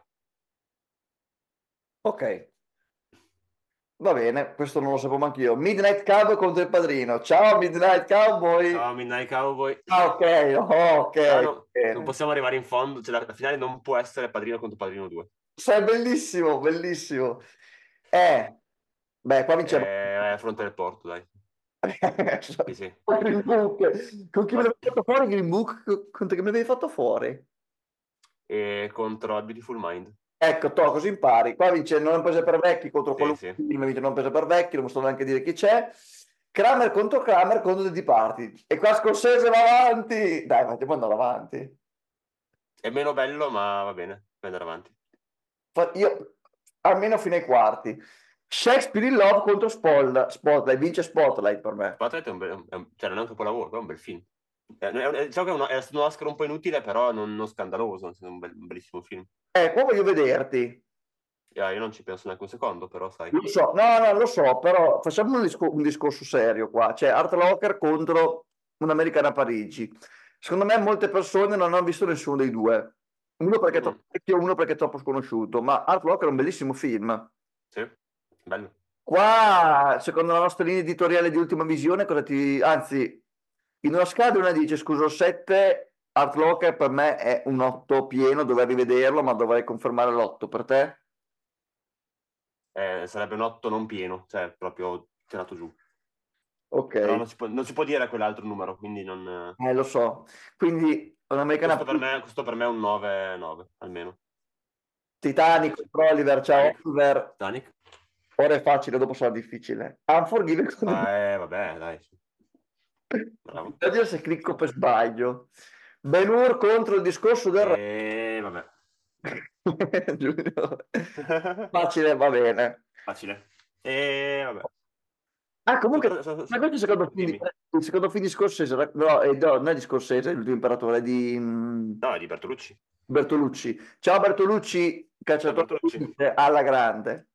Ok, va bene, questo non lo sapevo manco io. Midnight Cowboy contro il padrino. Ciao, Midnight Cowboy. Ciao, Midnight Cowboy. Ah, ok, ok, Ah, no, non bene. possiamo arrivare in fondo, cioè la finale non può essere Padrino contro Padrino 2. Sei bellissimo, bellissimo. Beh, qua vinceva. È a fronte del porto, dai. Sì, sì. Green Book. Con chi me Vai. l'avevi fatto fuori Green Book? Con chi me l'avevi fatto fuori? E contro A Beautiful Mind. Ecco, così impari. Qua vince non prese per vecchi contro Sì, qualunque sì. film, vince non prese per vecchi, non posso neanche dire chi c'è. Kramer contro The Departed. E qua Scorsese va avanti. Dai, ma devo andare avanti. È meno bello, ma va bene. Puoi andare avanti. Io almeno fino ai quarti. Shakespeare in Love contro Spotlight. Vince Spotlight per me. Spotlight cioè, non è un capolavoro, è un bel film. Diciamo che è stato un Oscar un po' inutile, però non scandaloso, è un bellissimo film. Qua voglio vederti. Io non ci penso neanche un secondo, però sai. Lo so, no, no, lo so, però facciamo un discorso serio qua. C'è Art Locker contro un'americana a Parigi. Secondo me molte persone non hanno visto nessuno dei due. Uno perché è Mm, troppo vecchio, uno perché è troppo sconosciuto. Ma Art Locker è un bellissimo film. sì, bello. Qua, secondo la nostra linea editoriale di Ultima Visione, cosa ti. Anzi, in una scala di una dice, scusa, 7, Art Locker per me è un 8 pieno, dovrei rivederlo, ma dovrei confermare l'8 per te? Sarebbe un 8 non pieno, cioè proprio tirato giù. Ok, Però non si può dire quell'altro numero, quindi non. lo so. Quindi un'americana Questo per me è un 9, 9 almeno. Titanic contro Oliver, ciao Titanic. Oliver. Titanic? Ora è facile, dopo sarà difficile. Unforgiven contro. Vabbè, dai. Bravo. Oddio se clicco per sbaglio. Ben-Hur contro il discorso del re. Vabbè. Giulio. Facile, va bene. Facile. Vabbè. Ah, comunque, ma questo è Dimmi. il secondo film di Scorsese, no, no, non è di Scorsese, l'ultimo imperatore, è di No, è di Bertolucci. Bertolucci. Ciao Bertolucci, Ciao cacciatore Bertolucci. alla grande.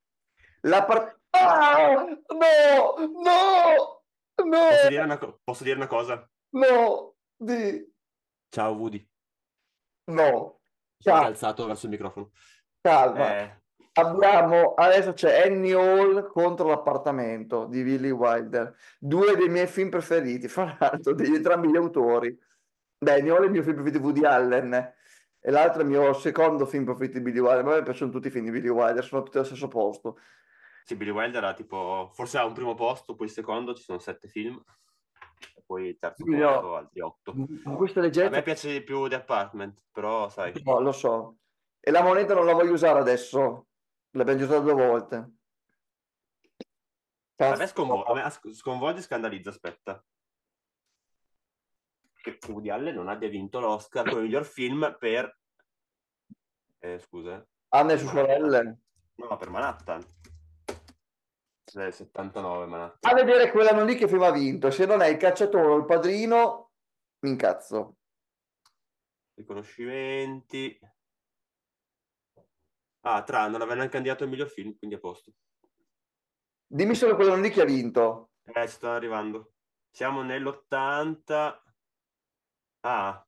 Ah! No! No! Posso No! dire una cosa? No! Di. Ciao Woody. No! Si è anche Calma, alzato verso il microfono. calma. Eh, Adesso c'è Annie Hall contro l'appartamento di Billy Wilder, due dei miei film preferiti, fra l'altro, degli entrambi gli autori. Beh, Annie Hall è il mio film preferito di Woody Allen e l'altro è il mio secondo film preferito di Billy Wilder. Ma a me piacciono tutti i film di Billy Wilder, sono tutti allo stesso posto. sì, Billy Wilder ha tipo, forse ha un primo posto, poi il secondo, ci sono 7 film, e poi il terzo posto, Io, altri 8. con questa A me leggerezza, piace di più The Apartment, però sai. no, lo so. E la moneta non la voglio usare adesso, l'abbiamo già usata 2 volte. A me Cazzo. sconvolge e scandalizza, aspetta, che Woody Allen non abbia vinto l'Oscar come miglior film per. Scusa, Anne e per sue Manhattan. sorelle. No, per Manhattan. Del 79 A Manhattan. vedere quell'anno lì che film ha vinto. Se non è il cacciatore o il padrino, mi incazzo. Riconoscimenti. Ah, non aveva neanche candidato il miglior film, quindi a posto. Dimmi solo quell'anno lì che ha vinto. Ci sto arrivando. Siamo nell'80. Ah,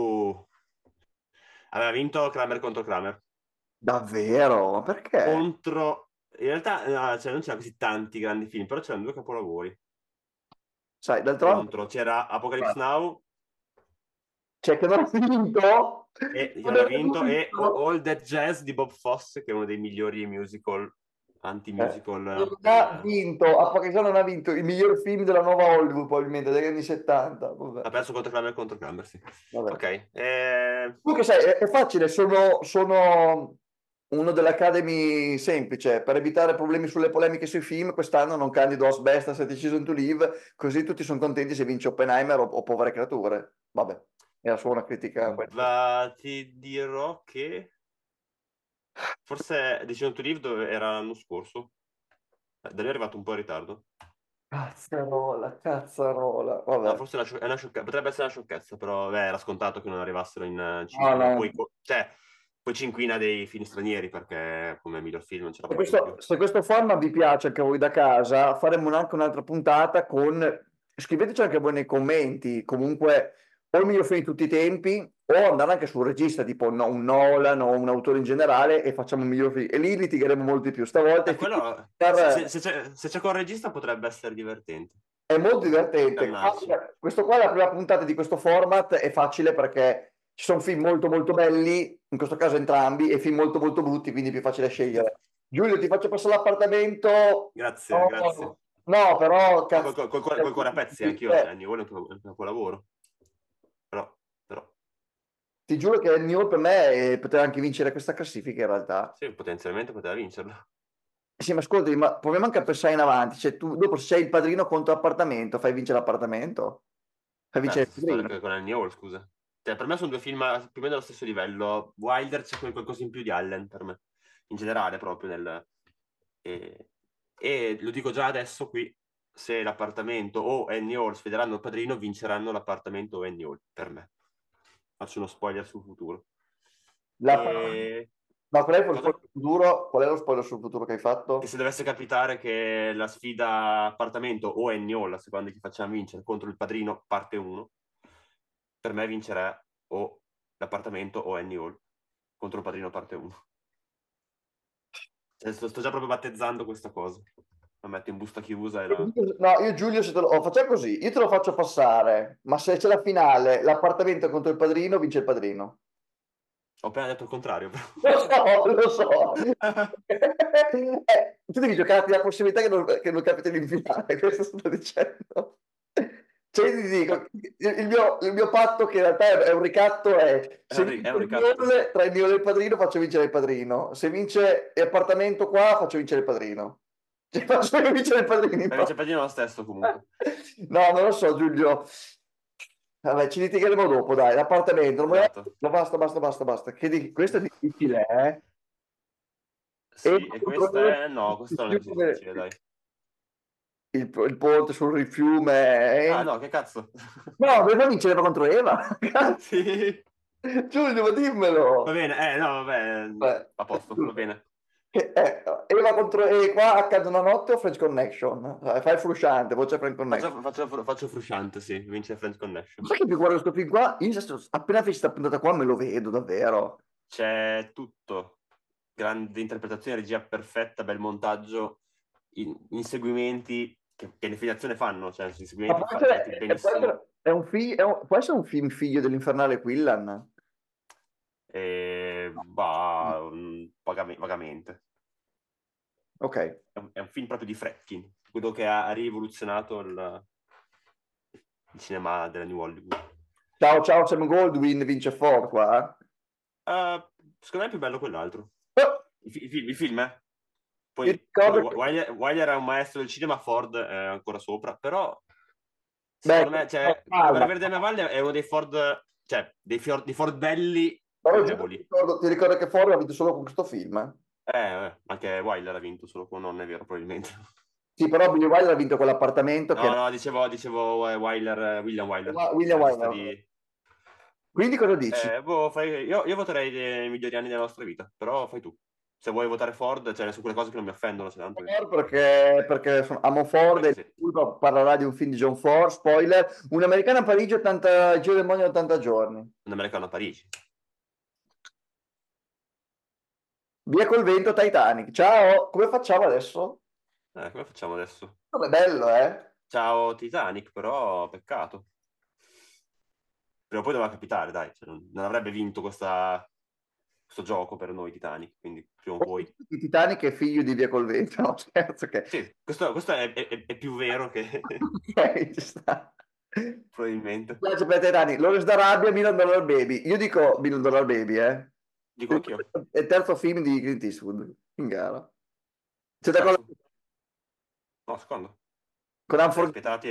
aveva vinto Kramer contro Kramer. Davvero? Ma perché? Contro. In realtà, cioè, non c'erano così tanti grandi film, però c'erano due capolavori. Sai, d'altronde, C'era Apocalypse Now c'è che non ha vinto. che Non aveva ha vinto e vinto. All That Jazz di Bob Fosse, che è uno dei migliori musical, Non anti-musical. ha vinto, a Pakistan non ha vinto il miglior film della nuova Hollywood, probabilmente, degli anni 70. Ha Vabbè, perso contro Kramer, sì. vabbè. Ok. Comunque, sai, è facile, sono uno dell'Academy semplice, per evitare problemi sulle polemiche sui film, quest'anno non candido Asbestas e Decision to Live, così tutti sono contenti se vince Oppenheimer o Povere Creature. Vabbè, era solo una critica a questo. Ti dirò che forse Decision to Live era l'anno scorso. Da lì è arrivato un po' in ritardo. Cazzarola, cazzarola. No, Vabbè. forse è una sciocchezza, potrebbe essere una sciocchezza, però beh, era scontato che non arrivassero in No, cinquina. no. Poi ci inquina dei film stranieri perché come miglior film non ce la butta in più. Se questo format vi piace anche a voi da casa, faremo anche un'altra puntata con... Scriveteci anche voi nei commenti, comunque, o il miglior film di tutti i tempi, o andare anche sul regista, tipo un Nolan o un autore in generale, e facciamo un miglior film. E lì litigheremo molto di più. Stavolta Quello, se c'è con il regista potrebbe essere divertente. è molto divertente. Scannarci. Questo qua è la prima puntata di questo format, è facile perché ci sono film molto molto belli, in questo caso entrambi, e film molto molto brutti, quindi è più facile scegliere. Giulio, ti faccio passare l'appartamento? Grazie, grazie. No, no, però No, cazzo. col cuore a pezzi anch'io, cioè, New World è un capolavoro. Però, Ti giuro che New York per me poteva anche vincere questa classifica in realtà. sì, potenzialmente poteva vincerlo. Sì, ma ascolti, ma proviamo anche a pensare in avanti. Cioè, tu dopo se sei il padrino contro appartamento, fai vincere l'appartamento? Fai Beh, vincere il stessa storia padrino? con Annie Hall, scusa. Cioè, per me sono due film più o meno dello stesso livello. Wilder c'è qualcosa in più di Allen, per me. In generale, proprio e, e lo dico già adesso qui, se l'appartamento o Annie Hall sfideranno il padrino, vinceranno l'appartamento o Annie Hall, per me. Faccio uno spoiler sul futuro. La- E... No, qual è il Cosa? spoiler sul futuro? Qual è lo spoiler sul futuro che hai Che fatto? se dovesse capitare che la sfida appartamento o Annie Hall, a seconda di chi facciamo vincere, contro il padrino, parte 1, per me vincerà o l'appartamento o Annie Hall contro il padrino parte 1. Cioè, sto già proprio battezzando questa cosa. La metto in busta chiusa e la... No, io Giulio, se te lo... facciamo così, io te lo faccio passare, ma se c'è la finale, l'appartamento contro il padrino, vince il padrino. Ho appena detto il contrario, però. Lo so, lo so. Tu devi giocarti la possibilità che non capiti in finale, questo sto dicendo. Cioè, io ti dico, il mio patto, che in realtà è un ricatto, è se È vince un il ricatto. Miole, tra il Miole e il Padrino faccio vincere il Padrino. Se vince l'appartamento qua, faccio vincere il Padrino. Cioè, faccio vincere il Padrino in Vince pratica. il padrino lo stesso, comunque. No, non lo so, Giulio. Vabbè, ci litigheremo dopo, dai. L'appartamento. Esatto. No, basta, basta, basta, basta. Questo è difficile, eh? E Sì, e questa è... No, il questo non è così fiume- difficile, dai. il ponte sul fiume. Ah, no, che cazzo? No, aveva vincere contro Eva. Sì. Giulio, ma Va dimmelo. bene, no, vabbè, Beh, a posto, va bene. Eva contro E, qua accade una notte o French Connection? Fai il frusciante, voce French Connection. Faccio Frusciante, sì, vince Friends Connection. Sai che più guardo questo film qua? Io adesso, appena finisco questa puntata qua me lo vedo, davvero. C'è tutto, grande interpretazione, regia perfetta, bel montaggio, inseguimenti che definizione fanno, cioè Ma inseguimenti fatti benissimo, può essere un film figlio dell'Infernale Quillan? e, vagamente. Ok. È un film proprio di Fredkin, quello che ha rivoluzionato il cinema della New Hollywood. Ciao, ciao, Sam Goldwyn vince Ford qua. Uh, Secondo me è più bello quell'altro. Oh, Il film, eh? mi Poi ricordo che... Wyler è un maestro del cinema, Ford è ancora sopra, però Beh, secondo me, no, cioè, Guerra calma. Verde e Valle è uno dei Ford, cioè, dei Ford belli più Però ti deboli. ricordo, ti ricordo che Ford ha vinto solo con questo film. Anche Wyler ha vinto solo con non è vero, probabilmente. Sì, però Billy Wilder ha vinto quell'appartamento che No, era no, dicevo William Wyler, William il regista Wilder. di... Quindi cosa dici? io voterei dei migliori anni della nostra vita, però fai tu. Se vuoi votare Ford, cioè, su quelle cose che non mi offendono, se tanto che... Ford perché amo Ford Perché e sì, lui parlerà di un film di John Ford, spoiler, un americano a Parigi, 80, il Giro del mondo in 80 giorni. un americano a Parigi. Via col vento, Titanic. Ciao, come facciamo adesso? Come facciamo adesso? È bello, eh? Ciao Titanic, però peccato. Prima o poi doveva capitare, dai, cioè, non avrebbe vinto questo gioco per noi Titanic, quindi prima o poi. Il Titanic è figlio di Via col vento, no scherzo che... Sì, questo è più vero che Ok, ci sta. Mi probabilmente. piace per Titanic. Lawrence d'Arabia, Million Dollar Baby. Io dico Million Dollar Baby, eh. Dico anch'io. È il terzo film di Clint Eastwood in gara. Siete d'accordo Terzo? No, secondo. con Gli Humphrey? spietati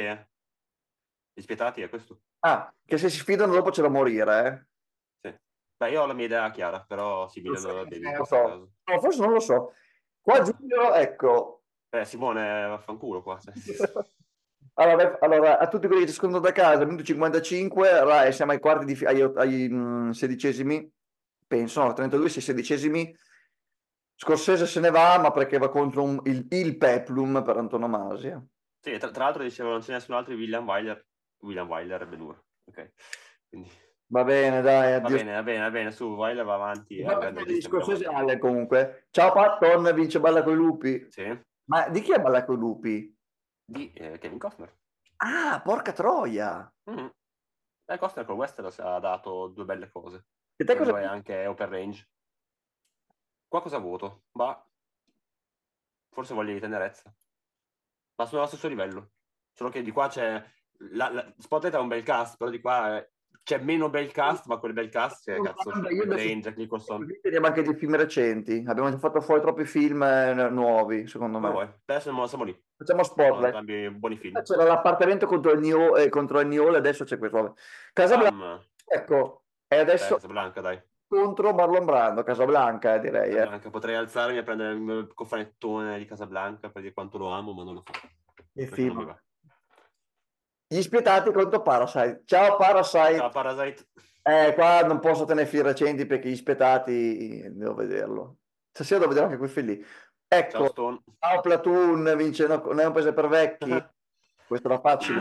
è questo. Ah, che se si sfidano dopo c'è da morire, eh. Sì. Beh, io ho la mia idea chiara, però sì, Non Million so, Dollar Baby in non lo questo so. caso. No, forse non lo so. Qua Ah, Giulio, ecco. Simone, vaffanculo qua. Cioè. Allora, a tutti quelli che ci ascoltano da casa, minuto 55, siamo ai quarti sedicesimi, penso, no, 32, sei sedicesimi. Scorsese se ne va, ma perché va contro il Peplum per antonomasia. Sì, tra l'altro dicevo non c'è nessun altro di William Wyler e Ben-Hur. Ok, quindi Va bene, dai, addio. va bene, su, Wyler va avanti, è un Infatti, grande di regista, andiamo Scorsese avanti. Ale comunque. Ciao Patton, vince Balla coi lupi. Sì, Ma di chi è Balla coi lupi? di Kevin Costner. Ah, porca troia. Mhm. Costner col Westeros ha dato due belle cose. E te cosa... Quello è anche Open Range. Qua cosa voto? Bah, forse voglia di tenerezza. Ma sono allo stesso livello. Solo che di qua c'è... Spotlight ha un bel cast, però di qua c'è meno bel cast, ma quel bel cast c'è, cazzo, Io Matt adesso Damon, Jack Nicholson. vediamo anche dei film recenti. Abbiamo già fatto fuori troppi film nuovi, secondo Come me. vuoi? Adesso siamo lì. Facciamo Sono Spotlight. entrambi buoni film. C'era l'appartamento contro il Niole, adesso c'è questo. Vabbè. Casablanca, Bam! ecco, e adesso Casablanca, dai. contro Marlon Brando, Casablanca, direi. Casablanca. Potrei alzarmi e prendere il mio cofanettone di Casablanca per dire quanto lo amo, ma non lo fa. Il Perché non mi film. va. Gli spietati contro Parasite. Ciao Ciao Parasite. Parasite. Qua non posso tenere film recenti perché gli spietati devo vederlo. Stasera devo vedere anche quei film lì. Ciao Ecco, Stone. ciao Platoon, vince ne ho prese per vecchi. Questo era facile.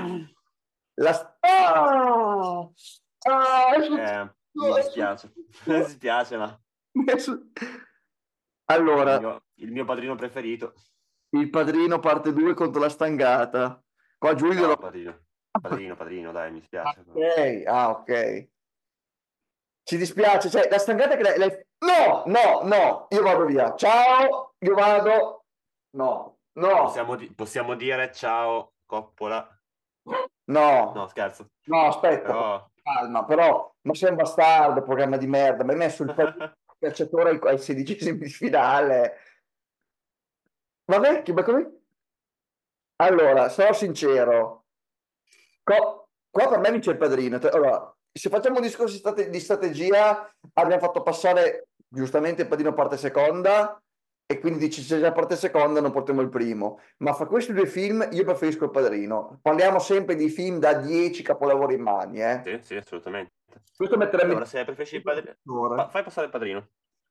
Ah! Ah, Mi dispiace. Mi dispiace, ma è su- Allora, il mio padrino preferito. il padrino parte 2 contro la stangata. Qua Giulio No, lo... padrino. Padrino, dai, mi spiace. Però. Ok, ok. Ci dispiace, cioè, la stangata che No, no, no, io vado via. Ciao, io vado. No, no, Possiamo dire ciao, Coppola. No, no, scherzo. no, aspetta, Però... calma, però, ma sei un bastardo, programma di merda, mi hai messo il calciatore ai sedicesimi di finale. Ma vecchio, ma come? Allora, sarò sincero, qua per me vince il padrino. Allora, se facciamo un discorso di strategia, abbiamo fatto passare giustamente il padrino parte seconda e quindi dici se già parte seconda non portiamo il primo. Ma fra questi due film io preferisco il padrino. Parliamo sempre di film da 10 capolavori in mani, eh. Sì, sì, assolutamente. Questo metterebbe... Allora, se preferisci il padrino... fai passare il padrino.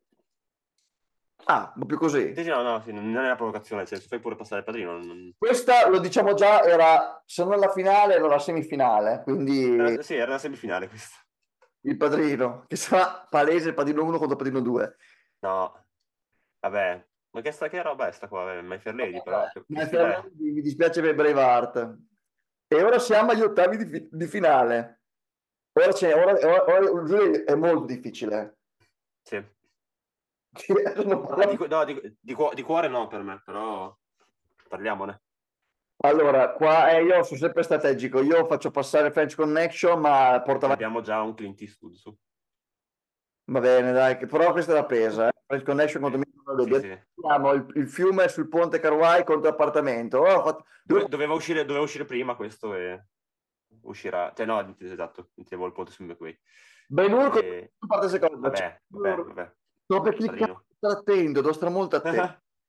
Ah, proprio Sì, così. sì, no, no, sì, non è una provocazione, nel senso, fai pure passare il padrino. Questa, lo diciamo già, era se non la finale, allora la semifinale, quindi Sì, era una semifinale questa. il padrino, che sarà palese il padrino 1 contro il padrino 2. No, vabbè, ma che roba è sta qua? My Fair Lady, però, che Ma sfida è? mi dispiace per Braveheart. E ora siamo agli ottavi di finale. Ora Giulio, è molto difficile. Sì. Non parla- No, di cuore no per me, però parliamone. Allora, qua io sono sempre strategico. Io faccio passare French Connection, ma porta Perché avanti. abbiamo già un Clint Eastwood su. Va bene, dai, però questa è la pesa. French Connection Sì, contro sì, me. sì. Abbiamo il fiume sul ponte Carwai contro l'appartamento. Doveva uscire prima questo e uscirà. Cioè no, esatto, intendevo il ponte su McQuay. Ben-Hur contro E... parte seconda. Vabbè. So per chi cazzo Padrino. sta attento, devo stare molto attento.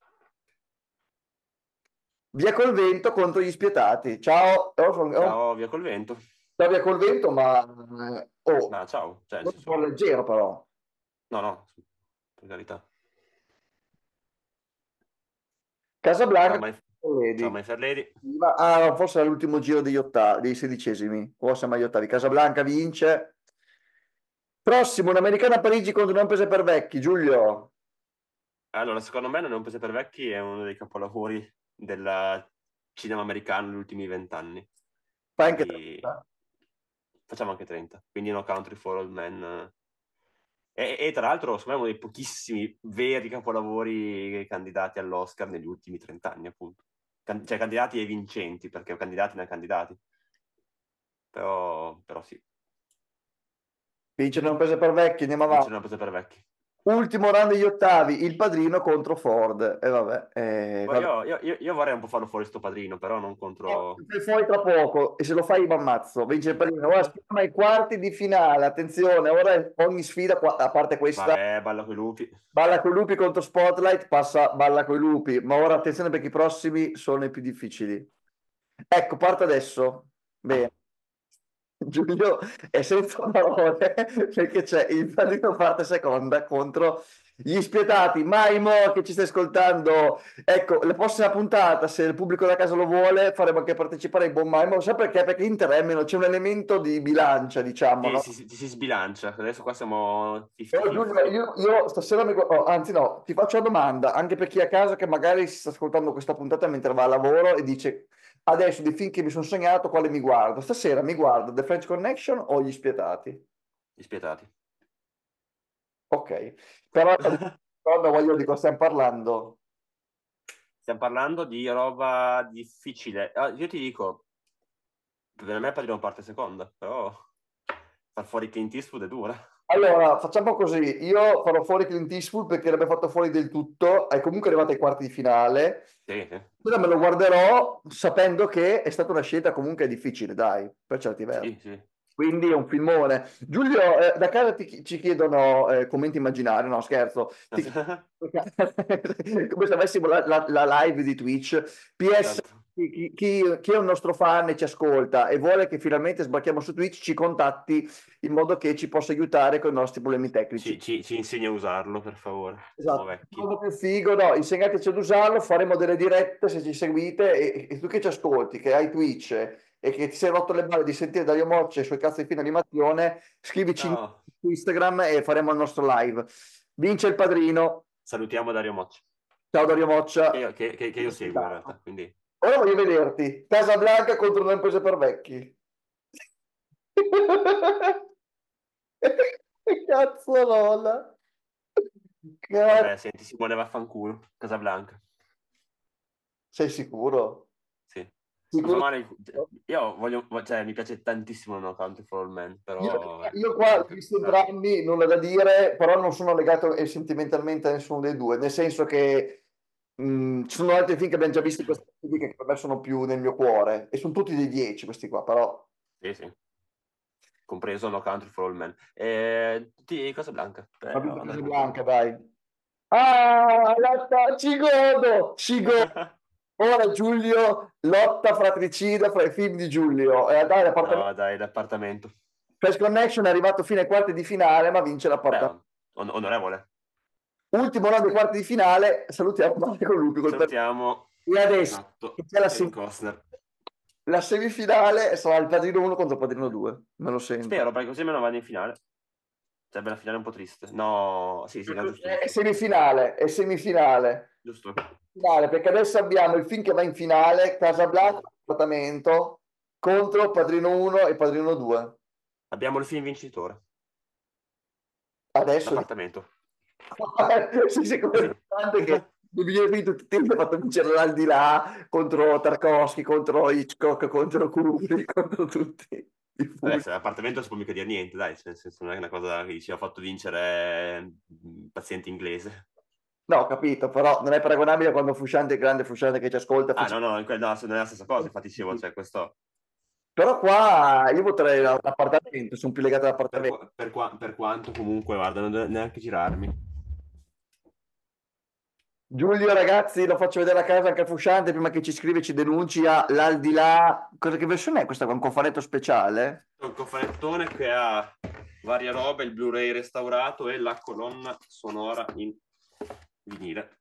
Via col vento contro gli spietati. Ciao, Ciao, via col vento. ciao via col vento, ma Ma ciao, cioè, nel non un po' senso... leggero però. No, per carità. Ciao, Casablanca, Ciao, vedi. My Fair Lady. Ah, forse era l'ultimo giro dei sedicesimi. Ora siamo agli ottavi. Casablanca vince. Prossimo, un'americana a Parigi contro una presa per vecchi. Giulio, Allora, secondo me Non è un paese per vecchi è uno dei capolavori del cinema americano negli ultimi 20 anni. fai anche Quindi 30. facciamo anche 30. Quindi No Country for Old Men. E tra l'altro, secondo me è uno dei pochissimi veri capolavori candidati all'Oscar negli ultimi 30 anni, appunto. Cioè, candidati e vincenti, perché candidati ne ha candidati. Però sì, Vince una presa per vecchi, andiamo vince avanti. una paese per vecchi. Ultimo round degli ottavi, il padrino contro Ford. E vabbè, Poi io vorrei un po' farlo fuori sto padrino, però non contro... Sei fuori tra poco e se lo fai mi ammazzo. Vince il padrino. Ora siamo ai quarti di finale. Attenzione, ora ogni sfida, a parte questa, Balla coi lupi. Balla coi lupi contro Spotlight, passa Balla coi lupi. Ma ora attenzione perché i prossimi sono i più difficili. Ecco, parto adesso. Bene. Giulio è senza parole perché c'è il Padrino parte seconda contro gli spietati. Maimo che ci stai ascoltando, ecco, la prossima puntata, se il pubblico da casa lo vuole, faremo anche partecipare il buon Maimo. Sai perché? Perché interremeno, c'è un elemento di bilancia, diciamo, Sì, no? si sbilancia. Adesso qua siamo Però Giulio, 50-50. io stasera anzi no, ti faccio una domanda, anche per chi è a casa che magari si sta ascoltando questa puntata mentre va al lavoro e dice adesso dei film che mi sono segnato, quale mi guardo? Stasera mi guardo The French Connection o Gli Spietati? Gli spietati. Ok, però, però voglio di cosa stiamo parlando. Stiamo parlando di roba difficile. Ah, io ti dico, per me Padrino parte seconda, però far fuori Clint Eastwood è dura. Allora, facciamo così, io farò fuori Clint Eastwood perché l'abbiamo fatto fuori del tutto, è comunque arrivato ai quarti di finale, Sì, sì. però me lo guarderò sapendo che è stata una scelta comunque difficile, dai, per certi versi. Sì, sì. Quindi è un filmone. Giulio, da casa ci chiedono commenti immaginari, no scherzo, come se avessimo la live di Twitch. PS, Certo. chi è un nostro fan e ci ascolta e vuole che finalmente sbarchiamo su Twitch, ci contatti in modo che ci possa aiutare con i nostri problemi tecnici. Ci insegna a usarlo, per favore. Siamo Esatto, il vecchi. modo più figo, no, insegnateci ad usarlo, faremo delle dirette se ci seguite e tu che ci ascolti, che hai Twitch e che ti sei rotto le balle di sentire Dario Moccia e i suoi cazzo di film animazione, scrivici No, su Instagram e faremo il nostro live. Vince il padrino. salutiamo Dario Moccia, Ciao Dario che Moccia. io seguo in realtà, quindi... Ora voglio vederti. Casablanca contro le imprese per vecchi. Cazzo Lola. Vabbè, Cazzo. senti, Simone vaffanculo, Casablanca. Sei sicuro? Sì. Mi fa Sicuro? male io cioè, mi piace tantissimo No Country for All Men, Io, però io qua ho Casablanca... visto entrambi, nulla da dire, però non sono legato sentimentalmente a nessuno dei due, nel senso che ci sono altri film che abbiamo già visto in questa classifica che per me sono più nel mio cuore, e sono tutti dei 10 questi qua, però Sì, sì, compreso No Country for All Men. Tutti Casablanca, va vinto andare con quello. Casablanca, dai. Ah, lotta, ci godo, ci godo. Ora Giulio, lotta fratricida fra i film di Giulio. E dai, l'appartamento. No, dai, l'appartamento. First Connection è arrivato fino ai quarti di finale, ma vince Beh, l'appartamento. onorevole. Ultimo round dei quarti di finale, salutiamo Marco Lupi col per... Salutiamo, E adesso esatto, che c'è la, Kevin Costner. la semifinale, sarà il Padrino 1 contro il Padrino 2, me lo sento. Spero, perché così me ne vado in finale. Sarebbe una finale un po' triste. No, sì, sì, no, giusto, È giusto. semifinale, è semifinale. Giusto. Finale, perché adesso abbiamo il film che va in finale, Casablanca, appartamento, contro Padrino 1 e Padrino 2. Abbiamo il film vincitore. Adesso L'appartamento. sì, sì, come Sì. è importante che i migliori film di tutti i tempi ha fatto vincere l'Aldilà contro Tarkovsky, contro Hitchcock, contro Kubrick, contro tutti i Vabbè, fulmi. se l'appartamento non si può mica dire niente, dai, cioè, nel senso non è una cosa che ci ha fatto vincere paziente inglese. No, ho capito, però non è paragonabile quando Frusciante, il grande Frusciante che ci ascolta, Ah, fece... no, no, no, non è la stessa cosa, infatti dicevo, cioè, questo... Però qua io voterei l'appartamento, sono più legato all'appartamento. Per quanto comunque, guarda, non devo neanche girarmi. Giulio, ragazzi, lo faccio vedere a casa anche a Frusciante prima che ci scrive e ci denunci a l'Aldilà. Cosa che versione è questa? Qua? Un cofanetto speciale? Un cofanettone che ha varie robe, il Blu-ray restaurato e la colonna sonora in vinile.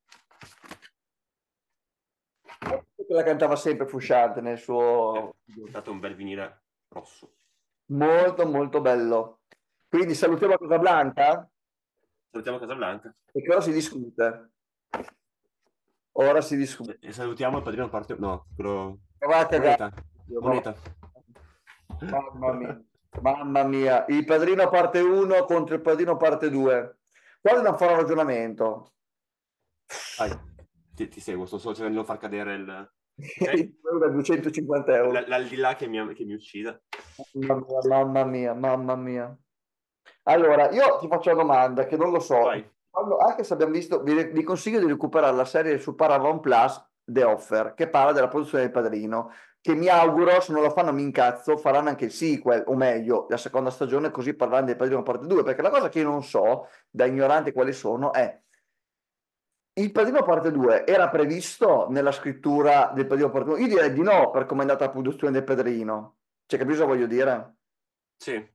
La cantava sempre Frusciante nel È suo... stato un bel vinile rosso. Molto, molto bello. Quindi salutiamo Casablanca Salutiamo Casablanca e che ora si discute. Ora si discute. e salutiamo il padrino parte... No, quello... Ma va a cagare. Moneta. Ma Moneta. mamma mia, mamma mia. Il padrino parte 1 contro il padrino parte 2. Qua dobbiamo fare un ragionamento. Vai, ti seguo, sto solo cercando di non far cadere il... Ok? Da 250 euro. L'aldilà che mi uccida. Mamma mia, mamma mia, mamma mia. Allora, io ti faccio una domanda che non lo so. Vai. Anche se abbiamo visto, vi consiglio di recuperare la serie su Paramount Plus, The Offer, che parla della produzione del Padrino, che mi auguro, se non lo fanno mi incazzo, faranno anche il sequel, o meglio, la seconda stagione, così parlando del Padrino parte 2, perché la cosa che io non so, da ignorante quali sono, è Il Padrino parte 2 era previsto nella scrittura del Padrino parte 1? Io direi di no, per come è andata la produzione del Padrino. Cioè, capisci cosa voglio dire? Sì.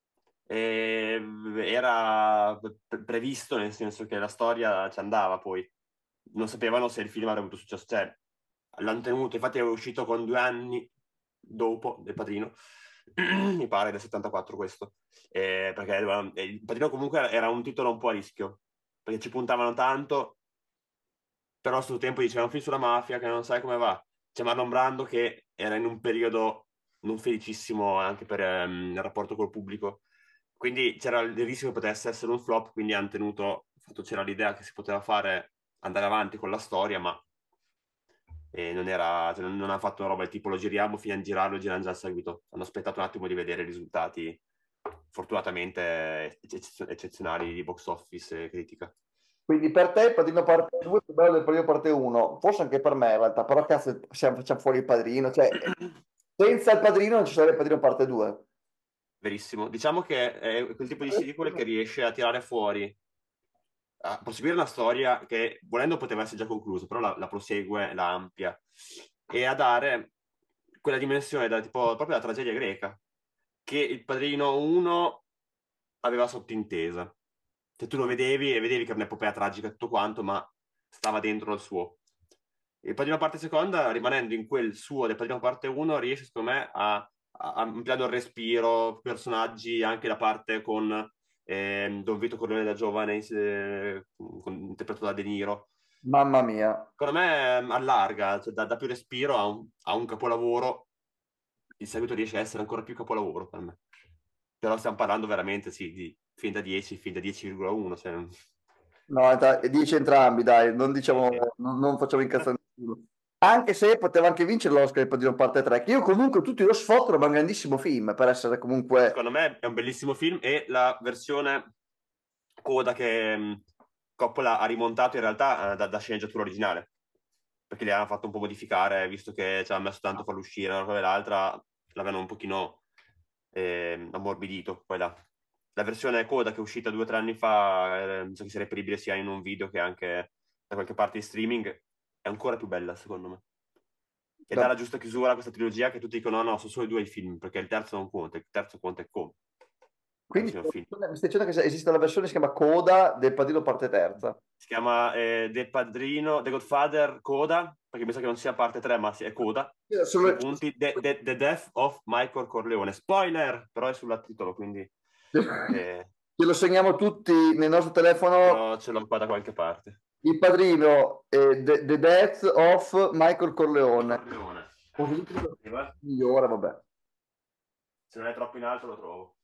E era previsto, nel senso che la storia ci andava poi. Non sapevano se il film avrebbe avuto successo. Cioè, l'hanno tenuto, infatti è uscito con 2 anni dopo del Padrino, mi pare del 74 questo. Perché il Padrino comunque era un titolo un po' a rischio, perché ci puntavano tanto, però a suo tempo diceva un film sulla mafia che non sai come va. C'è Marlon Brando che era in un periodo non felicissimo anche per il rapporto col pubblico, quindi c'era il rischio che potesse essere un flop, quindi hanno tenuto, c'era l'idea che si poteva fare, andare avanti con la storia, ma non era, cioè, non hanno fatto una roba del tipo lo giriamo, fino a girarlo, girano già il seguito. Hanno aspettato un attimo di vedere i risultati, fortunatamente eccezionali di box office e critica. Quindi per te il Padrino parte 2 è più bello del Padrino parte 1, forse anche per me in realtà, però cazzo facciamo fuori il Padrino, cioè senza il Padrino non ci sarebbe il Padrino parte 2. Verissimo. Diciamo che è quel tipo di sequel che riesce a tirare fuori, a proseguire una storia che volendo poteva essere già conclusa, però la prosegue, la amplia, e a dare quella dimensione da tipo proprio la tragedia greca, che il Padrino 1 aveva sottintesa. Cioè tu lo vedevi e vedevi che era un'epopea tragica e tutto quanto, ma stava dentro il suo. Il Padrino parte seconda, rimanendo in quel suo del Padrino parte 1, riesce secondo me a ampliare il respiro, personaggi anche da parte con Don Vito Corleone da giovane, interpretato da De Niro. Mamma mia. Secondo me allarga, cioè, dà più respiro a un capolavoro. Il seguito riesce a essere ancora più capolavoro per me. Però stiamo parlando veramente, sì, di fin da 10, fin da 10,1. Cioè, No, dici entrambi, dai, non sì, diciamo, sì. non facciamo incazzare nessuno. Anche se poteva anche vincere l'Oscar il Padrino parte 3, che io comunque tutti lo sfottero, ma è un grandissimo film, per essere comunque... Secondo me è un bellissimo film e la versione coda che Coppola ha rimontato in realtà da sceneggiatura originale, perché li hanno fatto un po' modificare, visto che ci hanno messo tanto a farlo uscire una cosa e l'altra, l'avevano un pochino ammorbidito. Poi la versione coda che è uscita 2 o 3 anni fa, mi sa che sia reperibile sia in un video che anche da qualche parte di streaming, è ancora più bella secondo me. E dà la giusta chiusura a questa trilogia che tutti dicono no, no, sono solo 2 i film, perché il terzo non conta, il terzo conta è come. Alla Quindi fine è un film. mi stai dicendo che esiste una versione che si chiama Coda del Padrino parte terza. Si chiama The Padrino, The Godfather Coda, perché mi sa che non sia parte 3, ma è Coda. Due Solo- punti, The Death of Michael Corleone. Spoiler, però è sul titolo, quindi eh, Ce lo segniamo tutti nel nostro telefono. ce l'ho qua da qualche parte. Il Padrino, The Death of Michael Corleone. Corleone. Ho sentito E va? migliore, vabbè. Se non è troppo in alto lo trovo.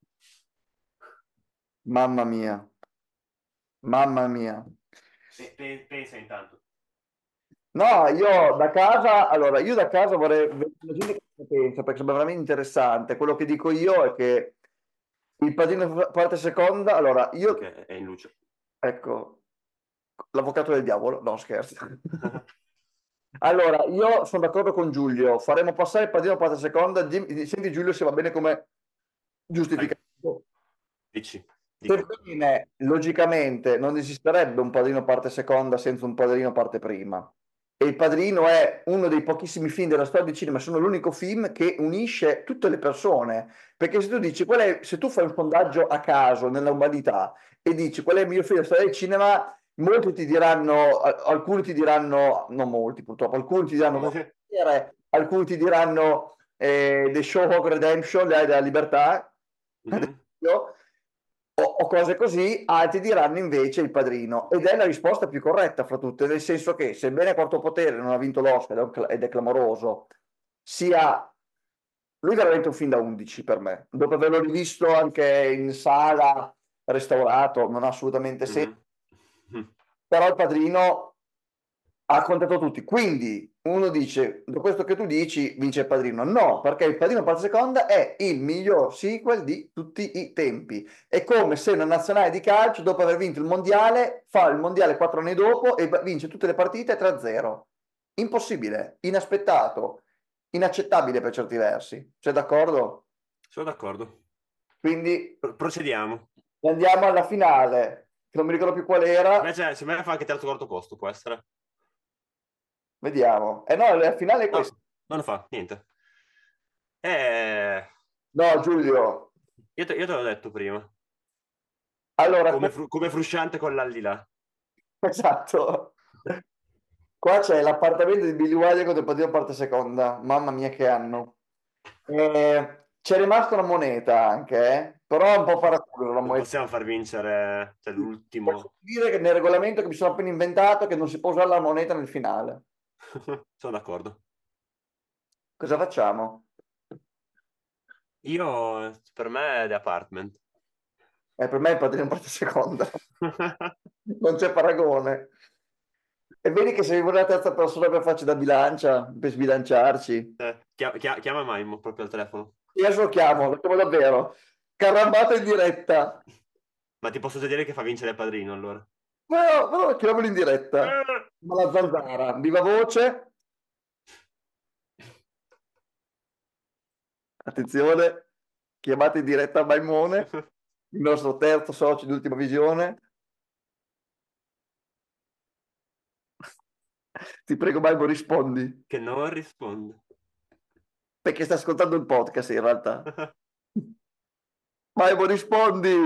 Mamma mia, mamma mia. Pensa intanto. No, io da casa, allora, io da casa vorrei vedere la gente che ne pensa, perché sembra veramente interessante. Quello che dico io è che il Padrino parte seconda, allora, io, Ok, è in luce. ecco, l'avvocato del diavolo, no scherzo. Allora, io sono d'accordo con Giulio, faremo passare il Padrino parte seconda, senti Giulio se va bene come Vai, giustificativo. dici, dico. Sebbene, logicamente, non esisterebbe un Padrino parte seconda senza un Padrino parte prima. E Il Padrino è uno dei pochissimi film della storia del cinema, sono l'unico film che unisce tutte le persone. Perché se tu dici, se tu fai un sondaggio a caso nell'umanità e dici qual è il miglior film della storia del cinema, molti ti diranno, alcuni ti diranno, non molti purtroppo, alcuni ti diranno alcuni ti diranno The Shawshank Redemption, l'area della libertà, Mhm. o cose così, altri diranno invece Il Padrino. Ed è la risposta più corretta fra tutte, nel senso che sebbene Quarto Potere non ha vinto l'Oscar ed è clamoroso, sia... Lui è veramente un film da 11 per me. Dopo averlo rivisto anche in sala, restaurato, non ha assolutamente senso. Mhm. Mhm. Però Il Padrino ha contato tutti. Quindi uno dice, da questo che tu dici, vince Il Padrino. No, perché Il Padrino parte seconda è il miglior sequel di tutti i tempi. È come se una nazionale di calcio, dopo aver vinto il mondiale, fa il mondiale 4 anni dopo e vince tutte le partite 3-0. Impossibile, inaspettato, inaccettabile per certi versi. Sei d'accordo? Sono d'accordo. Quindi Procediamo. andiamo alla finale. che non mi ricordo più qual era. Invece, se me fa anche terzo quarto posto, può essere? Vediamo. No, al finale è No, questo. non lo fa, niente. Eh, No, Giulio. io te l'ho detto prima. Allora, Come Frusciante con l'aldilà. esatto. Qua c'è l'appartamento di Billy Wilder con il padrino parte seconda. Mamma mia che anno. C'è rimasta una moneta anche, però è un po' paraculo la Non moneta. possiamo far vincere, cioè, Posso l'ultimo. dire che nel regolamento che mi sono appena inventato che non si può usare la moneta nel finale. Sono d'accordo. Cosa facciamo? Per me, The Apartment. Per me il padrino parte seconda. Non c'è paragone. E vedi che se vuole la terza persona per farci da bilancia, per sbilanciarci. Chiama Maimo proprio al telefono. Io lo chiamo davvero. Carambata in diretta. Ma ti posso già dire che fa vincere il padrino, allora. Però chiamiamolo in diretta. Eh. Ma la zanzara, viva voce. Attenzione, chiamate in diretta a Maimone, il nostro terzo socio di Ultima Visione. Ti prego, Maimo, rispondi, Che non risponde. perché sta ascoltando il podcast in realtà. Maimo, rispondi.